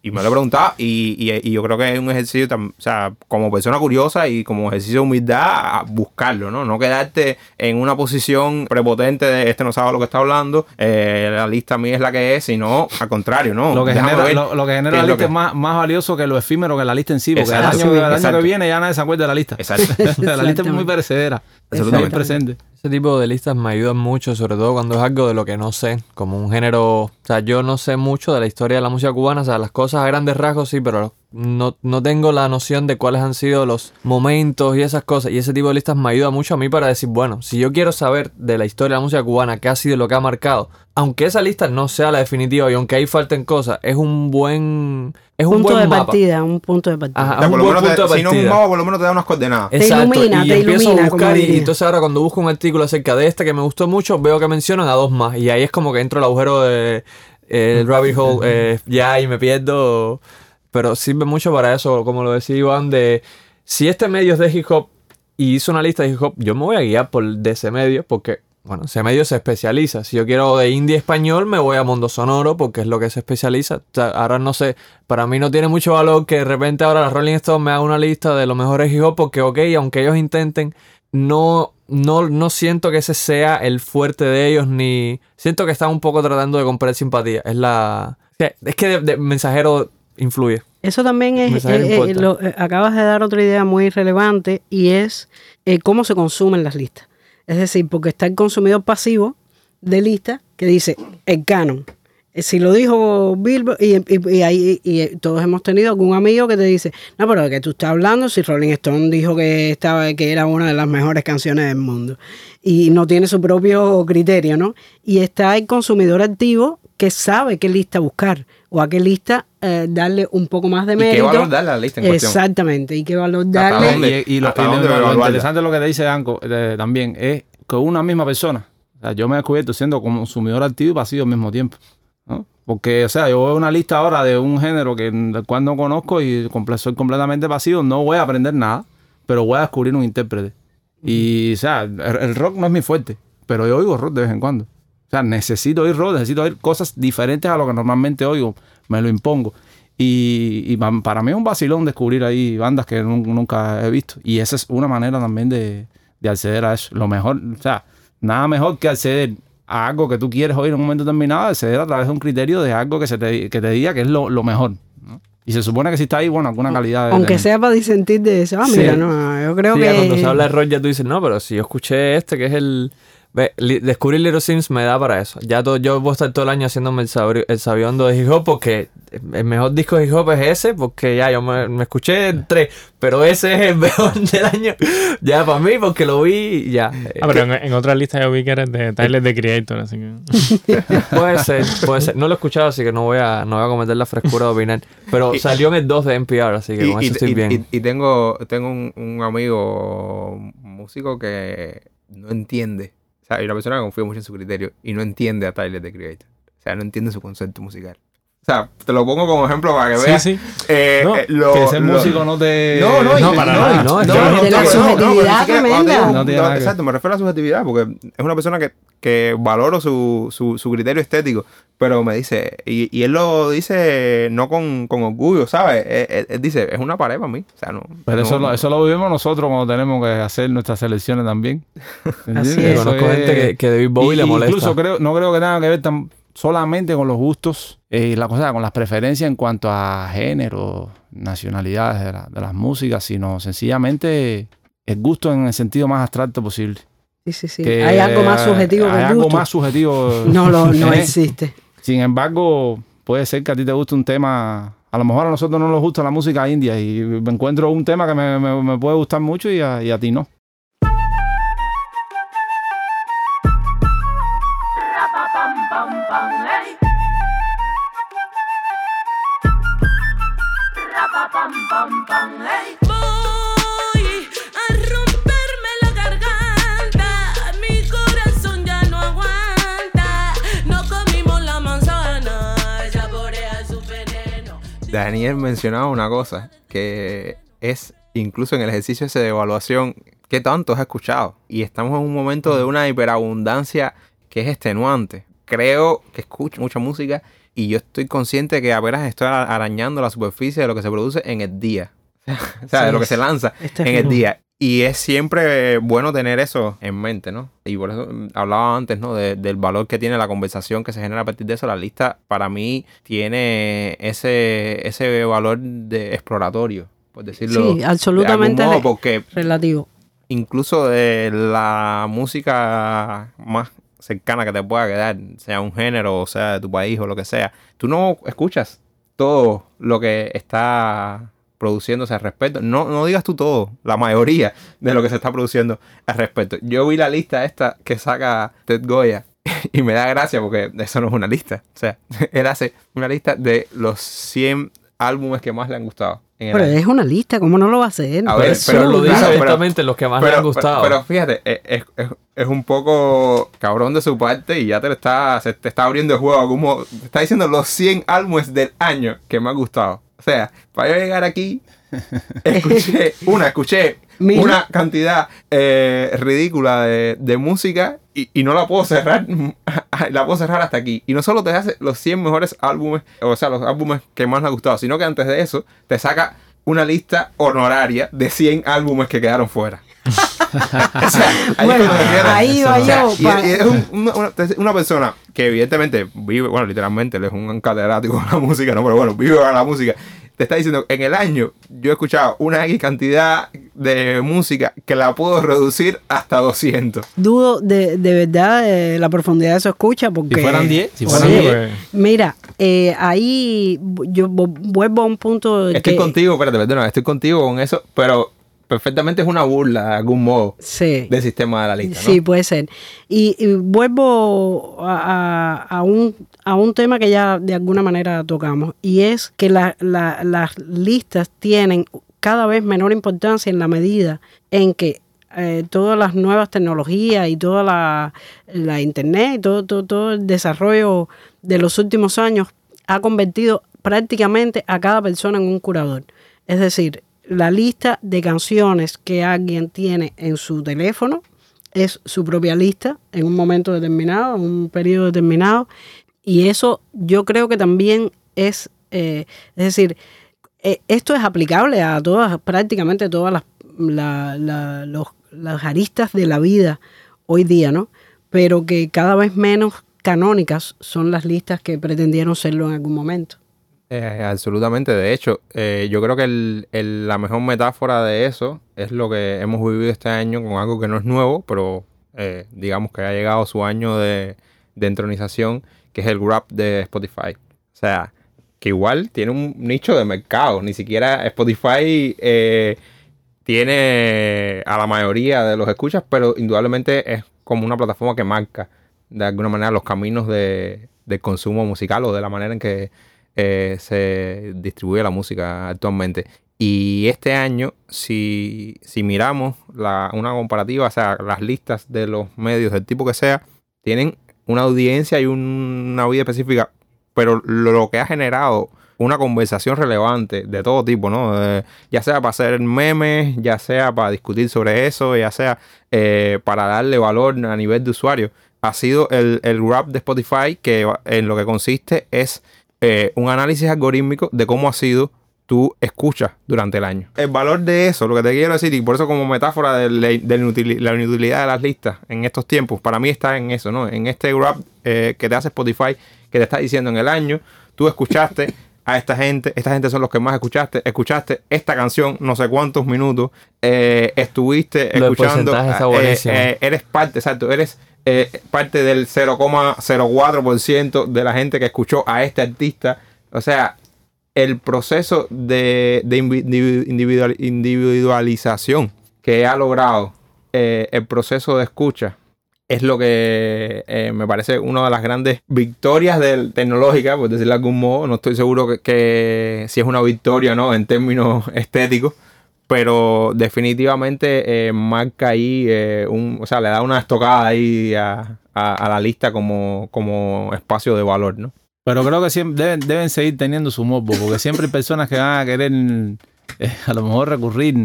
Y me lo he preguntado y yo creo que es un ejercicio, o sea, como persona curiosa y como ejercicio de humildad, a buscarlo, ¿no? No quedarte en una posición prepotente de este no sabe lo que está hablando, la lista mía es la que es, sino al contrario, ¿no? Lo que genera la lista es más valioso que lo efímero que la lista en sí, porque el año que viene ya nadie se acuerda de la lista. Exacto. La lista es muy perecedera. Absolutamente presente. Ese tipo de listas me ayudan mucho, sobre todo cuando es algo de lo que no sé, como un género... O sea, yo no sé mucho de la historia de la música cubana, o sea, las cosas a grandes rasgos sí, pero no tengo la noción de cuáles han sido los momentos y esas cosas. Y ese tipo de listas me ayuda mucho a mí para decir, bueno, si yo quiero saber de la historia de la música cubana, qué ha sido lo que ha marcado, aunque esa lista no sea la definitiva y aunque ahí falten cosas, es un buen... Es un punto buen de mapa. partida, un punto de partida. Ajá, O sea, un por lo buen menos punto de partida. si no es un mapa, por lo menos te da unas coordenadas. Exacto, ilumina, y te empiezo ilumina, a buscar como y diría. entonces ahora cuando busco un artículo acerca de este que me gustó mucho, veo que mencionan a 2 más y ahí es como que entro al agujero de el rabbit hole ya y me pierdo, pero sirve mucho para eso, como lo decía Iván, de si este medio es de hip hop y hizo una lista de hip hop, yo me voy a guiar de ese medio porque bueno, ese medio se especializa. Si yo quiero de indie español, me voy a Mundo Sonoro porque es lo que se especializa. O sea, ahora no sé, para mí no tiene mucho valor que de repente ahora la Rolling Stone me haga una lista de los mejores hip hop porque, ok, aunque ellos intenten, no siento que ese sea el fuerte de ellos, ni siento que están un poco tratando de comprar simpatía. Es que de mensajero influye. Eso también es, importa. acabas de dar otra idea muy relevante y es cómo se consumen las listas. Es decir, porque está el consumidor pasivo de lista que dice el canon. Si lo dijo Billboard y todos hemos tenido algún amigo que te dice, no, pero ¿de qué tú estás hablando? Si Rolling Stone dijo que era una de las mejores canciones del mundo y no tiene su propio criterio, ¿no? Y está el consumidor activo que sabe qué lista buscar o a qué lista darle un poco más de mérito. ¿Y qué valor darle a la lista en cuestión? Exactamente, y qué valor darle. Y lo interesante de lo que te dice Anco también es que una misma persona, o sea, yo me he descubierto siendo consumidor activo y pasivo al mismo tiempo, ¿no? Porque, o sea, yo veo una lista ahora de un género del cual no conozco y soy completamente pasivo, no voy a aprender nada, pero voy a descubrir un intérprete. Y, o sea, el rock no es mi fuerte, pero yo oigo rock de vez en cuando. O sea, necesito oír rock, necesito oír cosas diferentes a lo que normalmente oigo, me lo impongo. Y para mí es un vacilón descubrir ahí bandas que nunca he visto. Y esa es una manera también de acceder a eso. Lo mejor, o sea, nada mejor que acceder a algo que tú quieres oír en un momento determinado, acceder a través de un criterio de algo que te diga que es lo mejor, ¿no? Y se supone que si está ahí, bueno, alguna calidad. Aunque sea para disentir de eso. Mira, no, yo creo que... Cuando se habla de rock ya tú dices, no, pero si yo escuché que es el... Descubrir Little Sims me da para eso. Yo voy a estar todo el año haciéndome el sabiondo de hip hop porque el mejor disco de hip hop es ese, porque ya yo me escuché 3, pero ese es el mejor del año ya para mí porque lo vi ya. Pero en otra lista yo vi que eres de Tyler, the Creator, así que... puede ser. No lo he escuchado, así que no voy a cometer la frescura de opinar. Pero salió en el 2 de NPR, así que con eso estoy bien. Y tengo un amigo músico que no entiende. O sea, y una persona que confía mucho en su criterio y no entiende a Tyler, the Creator. O sea, no entiende su concepto musical. O sea, te lo pongo como ejemplo para que veas. Sí. Que ser músico no te... No, para nada. No, la subjetividad tremenda. Exacto, me refiero a la subjetividad porque es una persona que valoro su criterio estético, pero me dice, y él lo dice no con orgullo, ¿sabes? Él dice, es una pared para mí. O sea, no. Pero eso lo vivimos nosotros cuando tenemos que hacer nuestras selecciones también. Así es. Conozco gente que David Bowie le molesta. Incluso no creo que tenga que ver solamente con los gustos y con las preferencias en cuanto a género, nacionalidades de las músicas, sino sencillamente el gusto en el sentido más abstracto posible. Sí. Hay algo más subjetivo que el gusto. Hay algo más subjetivo. No existe. Sin embargo, puede ser que a ti te guste un tema. A lo mejor a nosotros no nos gusta la música india y me encuentro un tema que me puede gustar mucho y a ti no. Voy a romperme la garganta, mi corazón ya no aguanta, no comimos la manzana, saborea su veneno. Daniel mencionaba una cosa que es incluso en el ejercicio ese de evaluación, ¿qué tanto has escuchado? Y estamos en un momento de una hiperabundancia que es extenuante. Creo que escucho mucha música y yo estoy consciente que apenas estoy arañando la superficie de lo que se produce en el día. O sea, de lo que se lanza en el día. Y es siempre bueno tener eso en mente, ¿no? Y por eso hablaba antes, ¿no? Del valor que tiene la conversación que se genera a partir de eso. La lista, para mí, tiene ese valor de exploratorio, por decirlo. Sí, absolutamente de algún modo, porque relativo. incluso de la música más cercana que te pueda quedar, sea un género, o sea de tu país o lo que sea, tú no escuchas todo lo que está produciéndose al respecto. No digas tú todo, la mayoría de lo que se está produciendo al respecto. Yo vi la lista esta que saca Ted Goya y me da gracia porque eso no es una lista. O sea, él hace una lista de los 100 álbumes que más le han gustado. Pero es una lista, ¿cómo no lo va a hacer? A ver, pero lo dice abiertamente los que más le han gustado. Pero fíjate, es un poco cabrón de su parte y ya se te está abriendo el juego. Como te está diciendo los 100 álbumes del año que me han gustado. O sea, para yo llegar aquí, escuché una cantidad ridícula de música y no la puedo cerrar. La puedo cerrar hasta aquí. Y no solo te hace los 100 mejores álbumes, o sea, los álbumes que más le han gustado, sino que antes de eso te saca una lista honoraria de 100 álbumes que quedaron fuera. O sea, ahí va yo. Y es una persona que evidentemente vive, bueno, literalmente, él es un catedrático de la música, ¿no? Pero bueno, vive de la música. Te está diciendo, en el año yo he escuchado una X cantidad de música que la puedo reducir hasta 200. Dudo de verdad de la profundidad de su escucha porque... Si fueran 10, Mira, ahí yo vuelvo a un punto... Estoy contigo, espérate, perdona, estoy contigo con eso, pero perfectamente es una burla de algún modo del sistema de la lista, ¿no? Sí, puede ser. Y vuelvo a un tema que ya de alguna manera tocamos, y es que las listas tienen cada vez menor importancia en la medida en que todas las nuevas tecnologías y toda la internet y todo el desarrollo de los últimos años ha convertido prácticamente a cada persona en un curador. Es decir, la lista de canciones que alguien tiene en su teléfono es su propia lista en un momento determinado, en un periodo determinado, y eso yo creo que también es decir, esto es aplicable a prácticamente todas las aristas de la vida hoy día, ¿no? Pero que cada vez menos canónicas son las listas que pretendieron serlo en algún momento. Absolutamente. De hecho, yo creo que la mejor metáfora de eso es lo que hemos vivido este año con algo que no es nuevo, pero digamos que ha llegado su año de entronización, que es el Wrap de Spotify. O sea, que igual tiene un nicho de mercado. Ni siquiera Spotify tiene a la mayoría de los escuchas, pero indudablemente es como una plataforma que marca de alguna manera los caminos del consumo musical o de la manera en que se distribuye la música actualmente. Y este año, si miramos una comparativa, o sea, las listas de los medios del tipo que sea, tienen una audiencia y una vida específica, pero lo que ha generado una conversación relevante de todo tipo, ¿no? Ya sea para hacer memes, ya sea para discutir sobre eso, ya sea para darle valor a nivel de usuario, ha sido el Wrap de Spotify, que en lo que consiste es un análisis algorítmico de cómo ha sido tu escucha durante el año. El valor de eso, lo que te quiero decir, y por eso como metáfora de la inutilidad de las listas en estos tiempos, para mí está en eso, ¿no? En este Wrap que te hace Spotify, que te está diciendo en el año, tú escuchaste a esta gente son los que más escuchaste esta canción no sé cuántos minutos, estuviste escuchando, eres parte, exacto, eres parte del 0,04% de la gente que escuchó a este artista. O sea, el proceso de individualización que ha logrado el proceso de escucha es lo que me parece una de las grandes victorias tecnológicas, por decirlo de algún modo. No estoy seguro que si es una victoria o no en términos estéticos, pero definitivamente marca ahí, o sea, le da una estocada ahí a la lista como espacio de valor, ¿no? Pero creo que siempre deben seguir teniendo su morbo, porque siempre hay personas que van a querer a lo mejor recurrir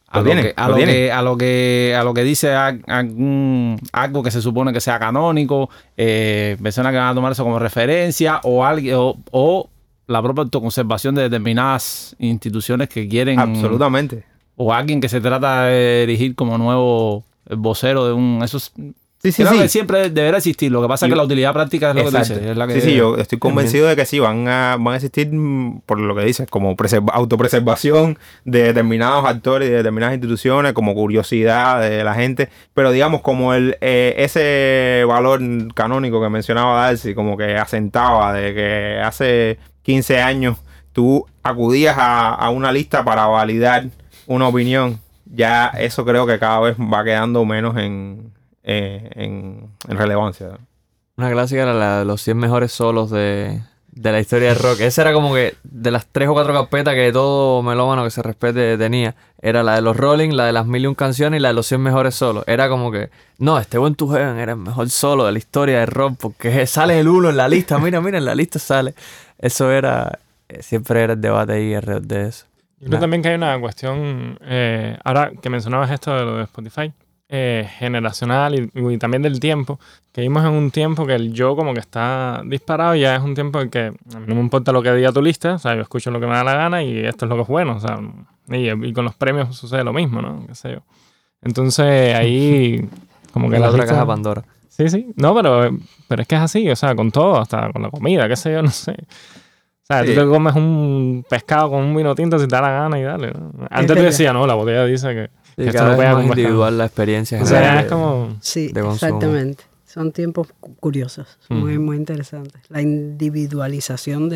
a Lo tienen. lo que dice algo que se supone que sea canónico, personas que van a tomar eso como referencia o alguien o la propia autoconservación de determinadas instituciones que quieren. Absolutamente. O alguien que se trata de erigir como nuevo vocero de un. Eso es, creo que siempre deberá existir. Lo que pasa es que la utilidad práctica es lo que tú dices. Es la que, sí, yo estoy convencido de que sí, van a existir, por lo que dices, como autopreservación de determinados actores y de determinadas instituciones, como curiosidad de la gente. Pero digamos, como ese valor canónico que mencionaba Darcy, como que asentaba de que hace 15 años tú acudías a una lista para validar una opinión, ya eso creo que cada vez va quedando menos en relevancia. Una clásica era la de los 100 mejores solos de la historia del rock. Esa era como que de las 3 o 4 carpetas que todo melómano que se respete tenía. Era la de los Rolling, la de las 1001 canciones y la de los 100 mejores solos. Era como que, no, este When to Heaven era el mejor solo de la historia del rock porque sale el 1 en la lista. Mira, en la lista sale. Eso era, siempre era el debate ahí alrededor de eso. Yo creo también que hay una cuestión, ahora que mencionabas esto de lo de Spotify, generacional y también del tiempo, que vimos en un tiempo que el yo como que está disparado y ya es un tiempo en que a mí no me importa lo que diga tu lista, o sea, yo escucho lo que me da la gana y esto es lo que es bueno, o sea, y con los premios sucede lo mismo, ¿no? Qué sé yo. Entonces ahí como que la otra lista, caja Pandora. Sí, no, pero es que es así, o sea, con todo, hasta con la comida, qué sé yo, no sé. O sea, tú te comes un pescado con un vino tinto si te da la gana y dale, ¿no? Antes te decía, no, la botella dice que esto no pega más con individual pescado. la experiencia. O sea, es como... Sí, de consumo. exactamente. Son tiempos curiosos, muy, muy interesantes. La individualización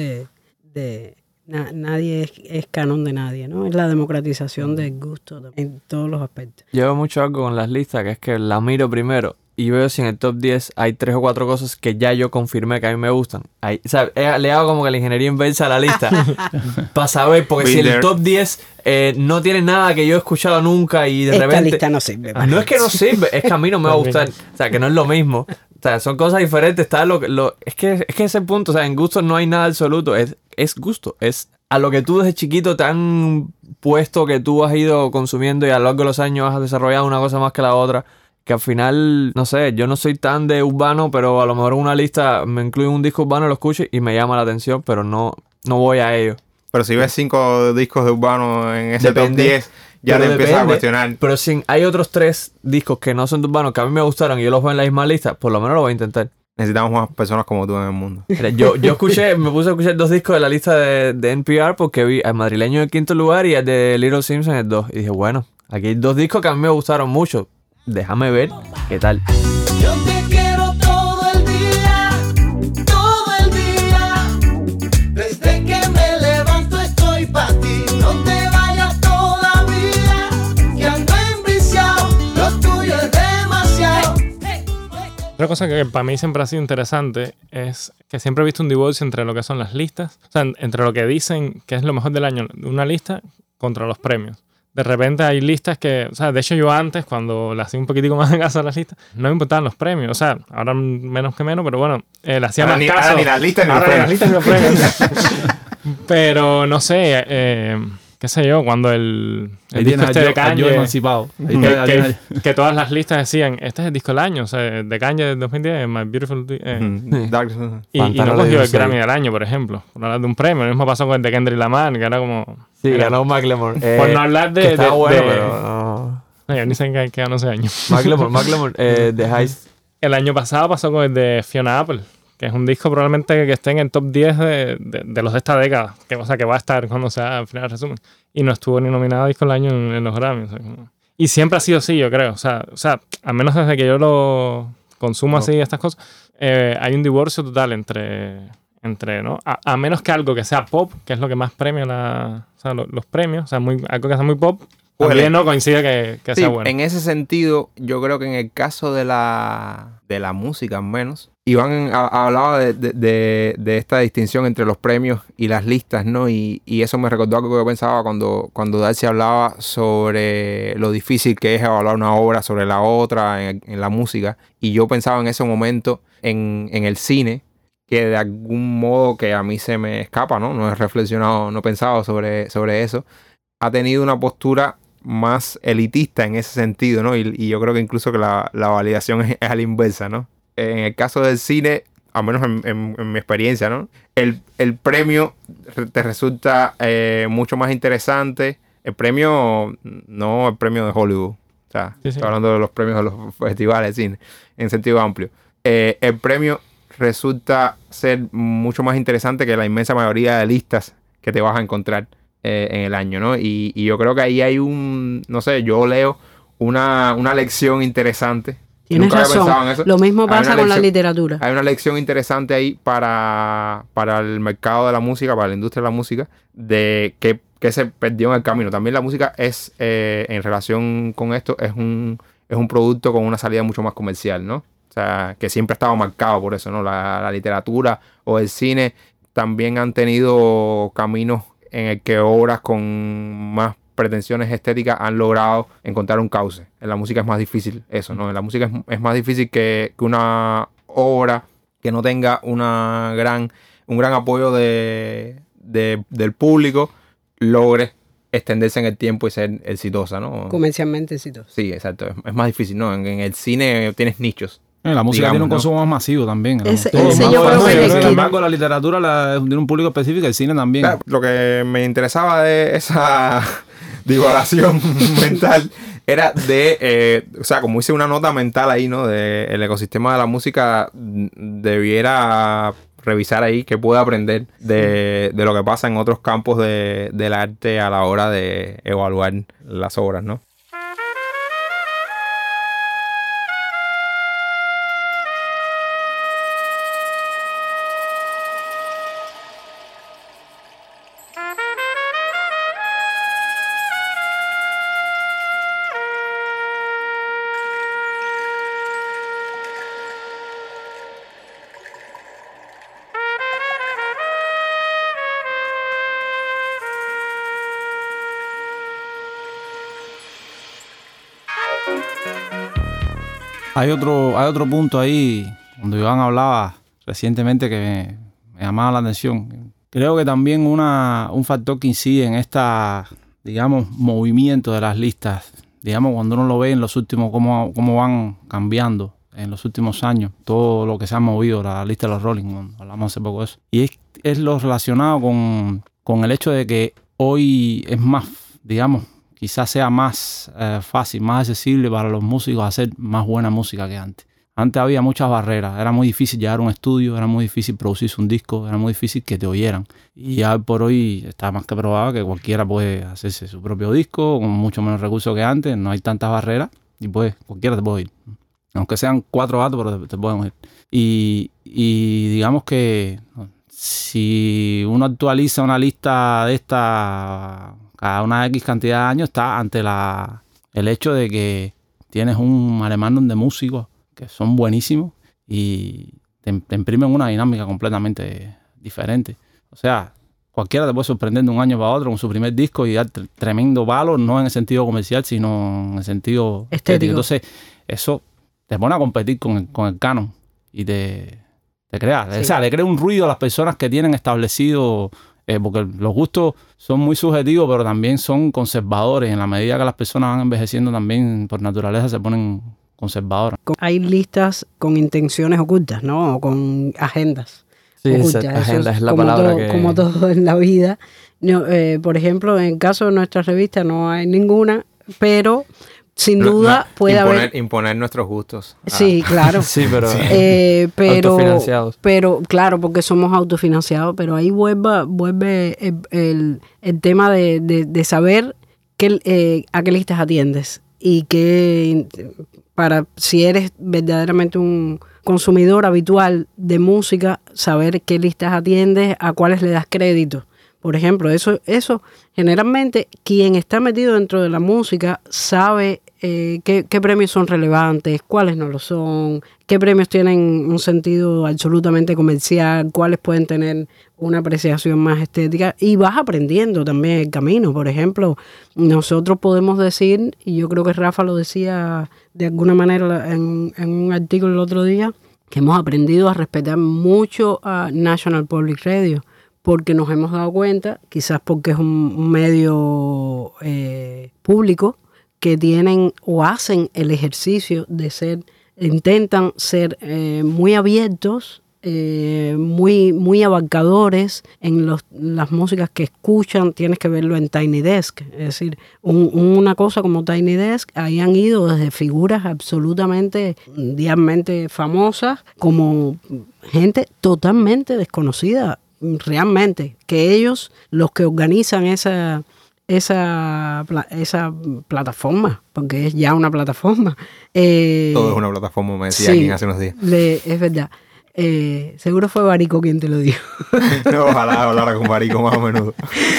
nadie es canon de nadie, ¿no? Es la democratización del gusto en todos los aspectos. Yo veo mucho algo con las listas, que es que la miro primero y veo si en el top 10 hay 3 o 4 cosas que ya yo confirmé que a mí me gustan. O sea, le hago como que la ingeniería inversa a la lista para saber, porque si el top 10 no tiene nada que yo he escuchado nunca y de repente... Esta lista no sirve. No es que no sirve, es que a mí no me va a gustar. O sea, que no es lo mismo. O sea, son cosas diferentes. Está es que ese punto, o sea, en gusto no hay nada absoluto. Es gusto. Es a lo que tú desde chiquito te han puesto, que tú has ido consumiendo y a lo largo de los años has desarrollado una cosa más que la otra. Que al final, no sé, yo no soy tan de urbano, pero a lo mejor en una lista me incluye un disco urbano, lo escucho y me llama la atención, pero no voy a ello. Pero si ves 5 discos de urbano en ese top 10, ya te empiezas a cuestionar. Pero si hay otros 3 discos que no son de urbano, que a mí me gustaron y yo los veo en la misma lista, por lo menos lo voy a intentar. Necesitamos más personas como tú en el mundo. Yo me puse a escuchar 2 discos de la lista de NPR porque vi al Madrileño en el 5º lugar y al de Little Sims en el 2. Y dije, bueno, aquí hay 2 discos que a mí me gustaron mucho. Déjame ver qué tal. Yo te quiero todo el día, desde que me levanto estoy pa' ti, no te vayas todavía, que ando enviciado, lo tuyo es demasiado. Otra cosa que para mí siempre ha sido interesante es que siempre he visto un divorcio entre lo que son las listas, o sea, entre lo que dicen que es lo mejor del año de una lista contra los premios. De repente hay listas que, o sea, de hecho yo antes, cuando le hacía un poquitico más de caso a las listas, no me importaban los premios. O sea, ahora menos que menos, pero bueno, le hacía más caso. Ahora ni las listas ni los premios. Pero no sé, qué sé yo, cuando el disco de Kanye, emancipado. que todas las listas decían, este es el disco del año, o sea, de Kanye del 2010, My Beautiful y no cogió el Grammy del año, por ejemplo, por hablar de un premio. Lo mismo pasó con el de Kendrick Lamar, que era como... Sí, ganó Macklemore. Por no hablar de... Está bueno, pero no... Yo ni sé que ganó ese año. Macklemore, The Heist. El año pasado pasó con el de Fiona Apple, que es un disco probablemente que esté en el top 10 de los de esta década, o sea, que va a estar cuando sea al final el resumen. Y no estuvo ni nominado a disco del año en los Grammys. O sea, y siempre ha sido así, yo creo. O sea, al menos desde que yo lo consumo así, estas cosas, hay un divorcio total entre ¿no? A menos que algo que sea pop, que es lo que más premia los premios, o sea, algo que sea muy pop, también no coincide que sea bueno. En ese sentido, yo creo que en el caso de la música, al menos, Iván hablaba de esta distinción entre los premios y las listas, ¿no? Y eso me recordó algo que yo pensaba cuando Darcy hablaba sobre lo difícil que es evaluar una obra sobre la otra en la música. Y yo pensaba en ese momento en el cine, que de algún modo que a mí se me escapa, ¿no? No he reflexionado, no he pensado sobre eso. Ha tenido una postura más elitista en ese sentido, ¿no? Y yo creo que incluso que la validación es a la inversa, ¿no? En el caso del cine, al menos en mi experiencia, ¿no? El premio te resulta mucho más interesante. El premio, no el premio de Hollywood. O sea, estoy hablando de los premios de los festivales de cine, en sentido amplio. El premio resulta ser mucho más interesante que la inmensa mayoría de listas que te vas a encontrar en el año, ¿no? Y yo creo que ahí hay no sé, yo leo una lección interesante. Tienes razón. En eso. Lo mismo pasa con la literatura. Hay una lección interesante ahí para el mercado de la música, para la industria de la música, de que se perdió en el camino. También la música es, en relación con esto, es un producto con una salida mucho más comercial, ¿no? O sea, que siempre ha estado marcado por eso, ¿no? La literatura o el cine también han tenido caminos en el que obras con más pretensiones estéticas han logrado encontrar un cauce. En la música es más difícil eso, ¿no? En la música es más difícil que una obra que no tenga un gran apoyo del público logre extenderse en el tiempo y ser exitosa, ¿no? Comercialmente exitosa. Sí, exacto. Es más difícil, ¿no? En el cine tienes nichos. La música tiene un consumo más masivo también. Sin embargo, la literatura tiene un público específico, el cine también. Claro, lo que me interesaba de esa divagación mental era o sea, como hice una nota mental ahí, ¿no? El ecosistema de la música debiera revisar ahí qué puede aprender de lo que pasa en otros campos del arte a la hora de evaluar las obras, ¿no? Hay otro punto ahí, cuando Iván hablaba recientemente que me llamaba la atención. Creo que también un factor que incide en esta, digamos, movimiento de las listas, digamos, cuando uno lo ve en los últimos, cómo van cambiando en los últimos años, todo lo que se ha movido, la lista de los Rolling, hablamos hace poco de eso. Y es lo relacionado con el hecho de que hoy es más, digamos, quizás sea más fácil, más accesible para los músicos hacer más buena música que antes. Antes había muchas barreras, era muy difícil llegar a un estudio, era muy difícil producirse un disco, era muy difícil que te oyeran. Y ya por hoy está más que probado que cualquiera puede hacerse su propio disco con mucho menos recursos que antes, no hay tantas barreras y pues cualquiera te puede oír. Aunque sean 4 gatos, pero te pueden oír. Y digamos que si uno actualiza una lista de esta cada una X cantidad de años, está ante el hecho de que tienes un alemán de músicos que son buenísimos y te imprimen una dinámica completamente diferente. O sea, cualquiera te puede sorprender de un año para otro con su primer disco y dar tremendo palo, no en el sentido comercial, sino en el sentido estético. Entonces, eso te pone a competir con el canon y te crea. Sí. O sea, le crea un ruido a las personas que tienen establecido, porque los gustos son muy subjetivos, pero también son conservadores. En la medida que las personas van envejeciendo, también por naturaleza se ponen conservadoras. Hay listas con intenciones ocultas, ¿no? O con agendas. Sí, agenda es la palabra como todo en la vida. No, por ejemplo, en el caso de nuestra revista no hay ninguna, pero sin duda puede haber... Imponer nuestros gustos. Sí, claro. Sí, pero autofinanciados. Pero claro, porque somos autofinanciados, pero ahí vuelve el tema de saber a qué listas atiendes y que si eres verdaderamente un consumidor habitual de música, saber qué listas atiendes, a cuáles le das crédito. Por ejemplo, eso generalmente quien está metido dentro de la música sabe qué premios son relevantes, cuáles no lo son, qué premios tienen un sentido absolutamente comercial, cuáles pueden tener una apreciación más estética, y vas aprendiendo también el camino. Por ejemplo, nosotros podemos decir, y yo creo que Rafa lo decía de alguna manera en un artículo el otro día, que hemos aprendido a respetar mucho a National Public Radio, porque nos hemos dado cuenta, quizás porque es un medio público, que tienen o hacen el ejercicio de intentan ser muy abiertos, muy abarcadores en las músicas que escuchan. Tienes que verlo en Tiny Desk, es decir, una cosa como Tiny Desk, ahí han ido desde figuras absolutamente mundialmente famosas como gente totalmente desconocida realmente, que ellos, los que organizan esa plataforma, porque es ya una plataforma. Todo es una plataforma, me decía alguien hace unos días. Es verdad. Seguro fue Barico quien te lo dijo. No, ojalá hablara con Barico más a menudo.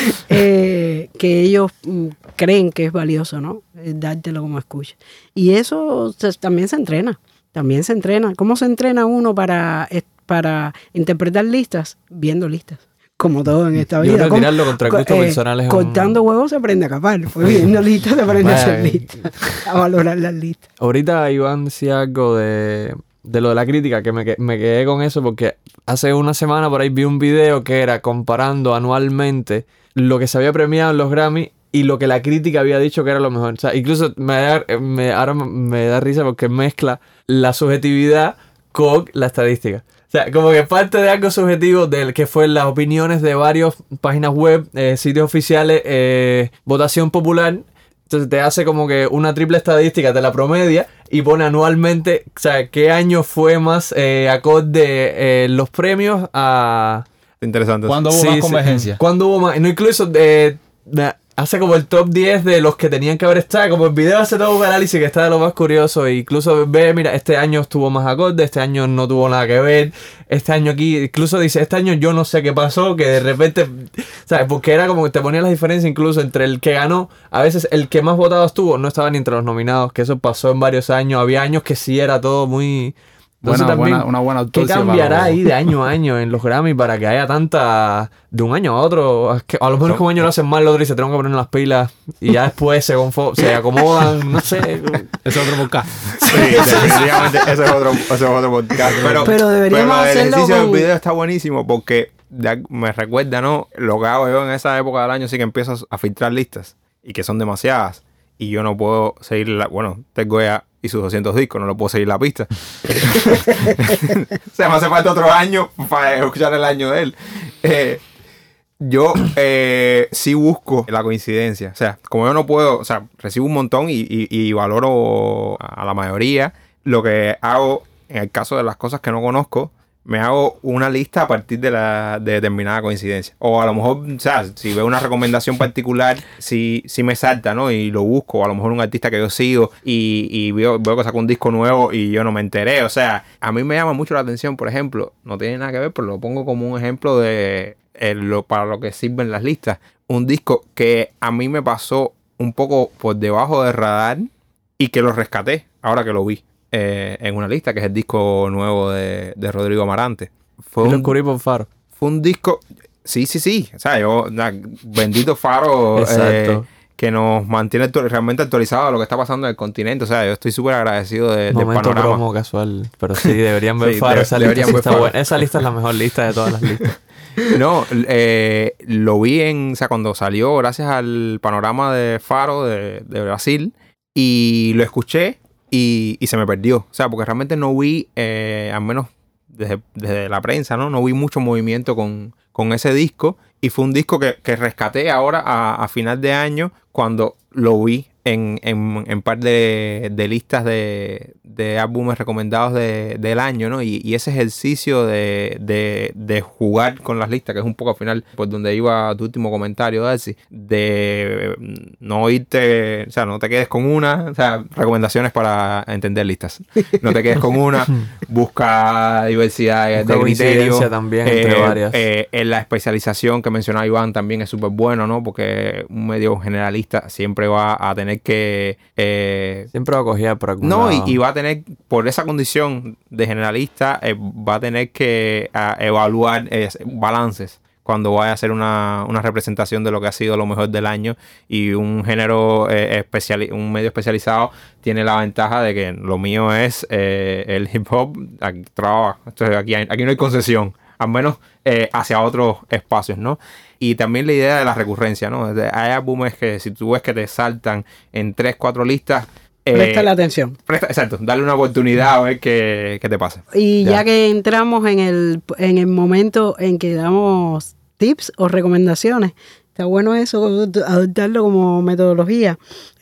Que ellos creen que es valioso, ¿no? Dártelo como escucha. Y eso también se entrena. También se entrena. ¿Cómo se entrena uno para interpretar listas? Viendo listas. Como todo en esta vida. Yo creo tirarlo contra gustos personales. Cortando huevos se aprende a capar. Pues viendo listas se aprende a hacer listas. A valorar las listas. Ahorita Iván decía algo de lo de la crítica, que me quedé con eso porque hace una semana por ahí vi un video que era comparando anualmente lo que se había premiado en los Grammy y lo que la crítica había dicho que era lo mejor. O sea, incluso ahora me da risa porque mezcla la subjetividad con la estadística. O sea, como que parte de algo subjetivo del que fue las opiniones de varias páginas web, sitios oficiales, votación popular. Entonces te hace como que una triple estadística, te la promedia y pone anualmente, o sea, qué año fue más acorde los premios a... Interesante. ¿Cuándo hubo más convergencia? ¿Cuándo hubo más? No, incluso hace como el top 10 de los que tenían que haber estado. Como el video hace todo un análisis que está de lo más curioso. E incluso ve, mira, este año estuvo más acorde, este año no tuvo nada que ver. Este año aquí, incluso dice, este año yo no sé qué pasó, que de repente, ¿sabes? Porque era como que te ponía las diferencias incluso entre el que ganó. A veces el que más votado estuvo no estaba ni entre los nominados, que eso pasó en varios años. Había años que sí era todo muy... Entonces, una buena ¿qué autopsia. cambiará ahí de año a año en los Grammy para que haya tanta... de un año a otro? Es que a lo mejor que un año lo hacen mal, el otro dice, tengo que poner las pilas y ya después se acomodan, no sé. Es otro podcast. Sí, definitivamente ese es otro podcast. Pero deberíamos el hacerlo ejercicio del con... video está buenísimo porque me recuerda, ¿no? Lo que hago yo en esa época del año, sí que empiezo a filtrar listas y que son demasiadas y yo no puedo seguir tengo ya y sus 200 discos, no lo puedo seguir la pista. O sea, me hace falta otro año para escuchar el año de él. Yo sí busco la coincidencia. O sea, como yo no puedo, o sea, recibo un montón y valoro a la mayoría, lo que hago en el caso de las cosas que no conozco, me hago una lista a partir de determinada coincidencia. O a lo mejor, o sea, si veo una recomendación particular, sí me salta, ¿no? Y lo busco. O a lo mejor un artista que yo sigo y veo que sacó un disco nuevo y yo no me enteré. O sea, a mí me llama mucho la atención, por ejemplo, no tiene nada que ver, pero lo pongo como un ejemplo de para lo que sirven las listas. Un disco que a mí me pasó un poco por debajo del radar y que lo rescaté ahora que lo vi. En una lista, que es el disco nuevo de Rodrigo Amarante. Lo descubrí por Faro. Fue un disco... Sí. O sea, bendito Faro, que nos mantiene realmente actualizados de lo que está pasando en el continente. O sea, yo estoy súper agradecido del panorama. Promo casual, pero sí, deberían ver Faro. Esa lista es la mejor lista de todas las listas. No, lo vi cuando salió, gracias al panorama de Faro de Brasil, y lo escuché. Y se me perdió. O sea, porque realmente no vi, al menos desde la prensa, ¿no? No vi mucho movimiento con ese disco. Y fue un disco que rescaté ahora a final de año cuando lo vi en par de listas de álbumes recomendados del año, ¿no? Y ese ejercicio de jugar con las listas, que es un poco al final por donde iba tu último comentario, Darcy, de no irte, o sea, no te quedes con una, o sea, recomendaciones para entender listas. No te quedes con una, busca diversidad de criterio. También entre varias. En la especialización que mencionaba Iván también es súper bueno, ¿no? Porque un medio generalista siempre va a tener que... siempre va a coger por algún lado. Y va a tener, por esa condición de generalista, va a tener que evaluar balances cuando vaya a hacer una representación de lo que ha sido lo mejor del año. Y un género un medio especializado tiene la ventaja de que lo mío es el hip hop. Aquí no hay concesión. al menos hacia otros espacios, ¿no? Y también la idea de la recurrencia, ¿no? Hay álbumes que si tú ves que te saltan en 3, 4 listas, Presta la atención. Exacto, darle una oportunidad a ver qué te pasa. Y ya que entramos en el momento en que damos tips o recomendaciones, está bueno eso, adoptarlo como metodología.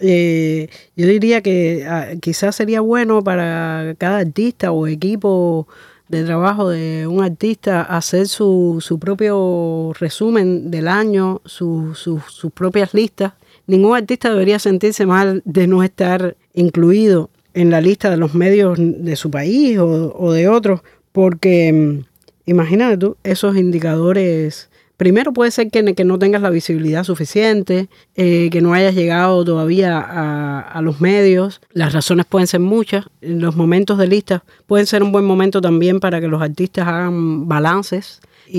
Yo diría que quizás sería bueno para cada artista o equipo de trabajo de un artista hacer su propio resumen del año, sus propias listas. Ningún artista debería sentirse mal de no estar incluido en la lista de los medios de su país o de otros, porque imagínate tú, esos indicadores. Primero puede ser que no tengas la visibilidad suficiente, que no hayas llegado todavía a los medios. Las razones pueden ser muchas. Los momentos de lista pueden ser un buen momento también para que los artistas hagan balances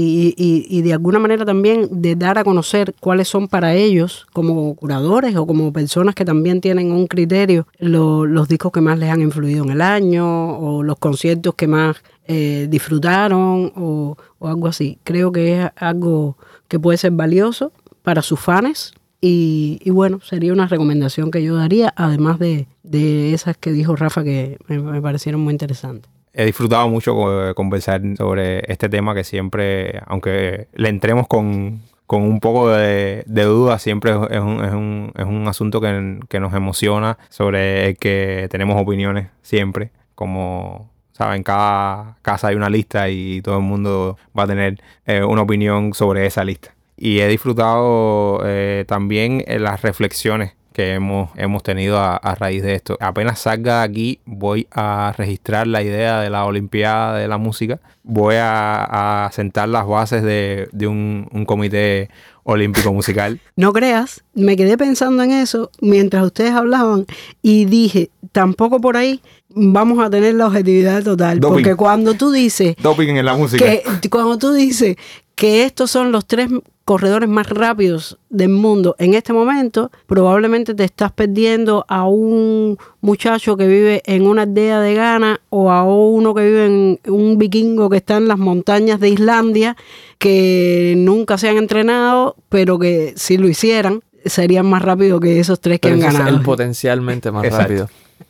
y de alguna manera también de dar a conocer cuáles son para ellos como curadores o como personas que también tienen un criterio los discos que más les han influido en el año o los conciertos que más disfrutaron o algo así. Creo que es algo que puede ser valioso para sus fans y bueno, sería una recomendación que yo daría, además de esas que dijo Rafa que me parecieron muy interesantes. He disfrutado mucho conversar sobre este tema que siempre, aunque le entremos con un poco de duda, siempre es un asunto que nos emociona, sobre el que tenemos opiniones siempre, como ¿sabes? En cada casa hay una lista y todo el mundo va a tener una opinión sobre esa lista. Y he disfrutado también las reflexiones que hemos tenido a raíz de esto. Apenas salga aquí, voy a registrar la idea de la Olimpiada de la Música. Voy a sentar las bases de un comité olímpico musical. No creas, me quedé pensando en eso mientras ustedes hablaban y dije, tampoco por ahí vamos a tener la objetividad total. Doping. Porque cuando tú dices... Doping en la música. Cuando tú dices que estos son los 3 corredores más rápidos del mundo en este momento, probablemente te estás perdiendo a un muchacho que vive en una aldea de Ghana o a uno que vive en un vikingo que está en las montañas de Islandia, que nunca se han entrenado, pero que si lo hicieran serían más rápidos que esos 3 que han ganado. Es el potencialmente más rápido.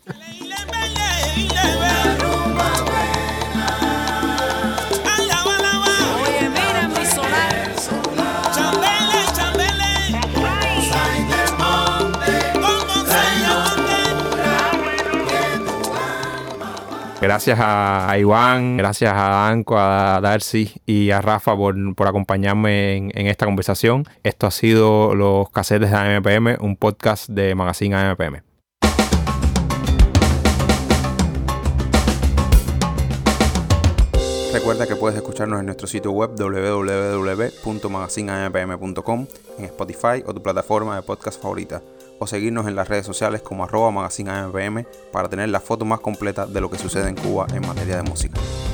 Gracias a Iván, gracias a Anco, a Darcy y a Rafa por acompañarme en esta conversación. Esto ha sido Los Cassettes de AMPM, un podcast de Magazine AMPM. Recuerda que puedes escucharnos en nuestro sitio web www.magazineampm.com, en Spotify o tu plataforma de podcast favorita, o seguirnos en las redes sociales como @magazineampm para tener la foto más completa de lo que sucede en Cuba en materia de música.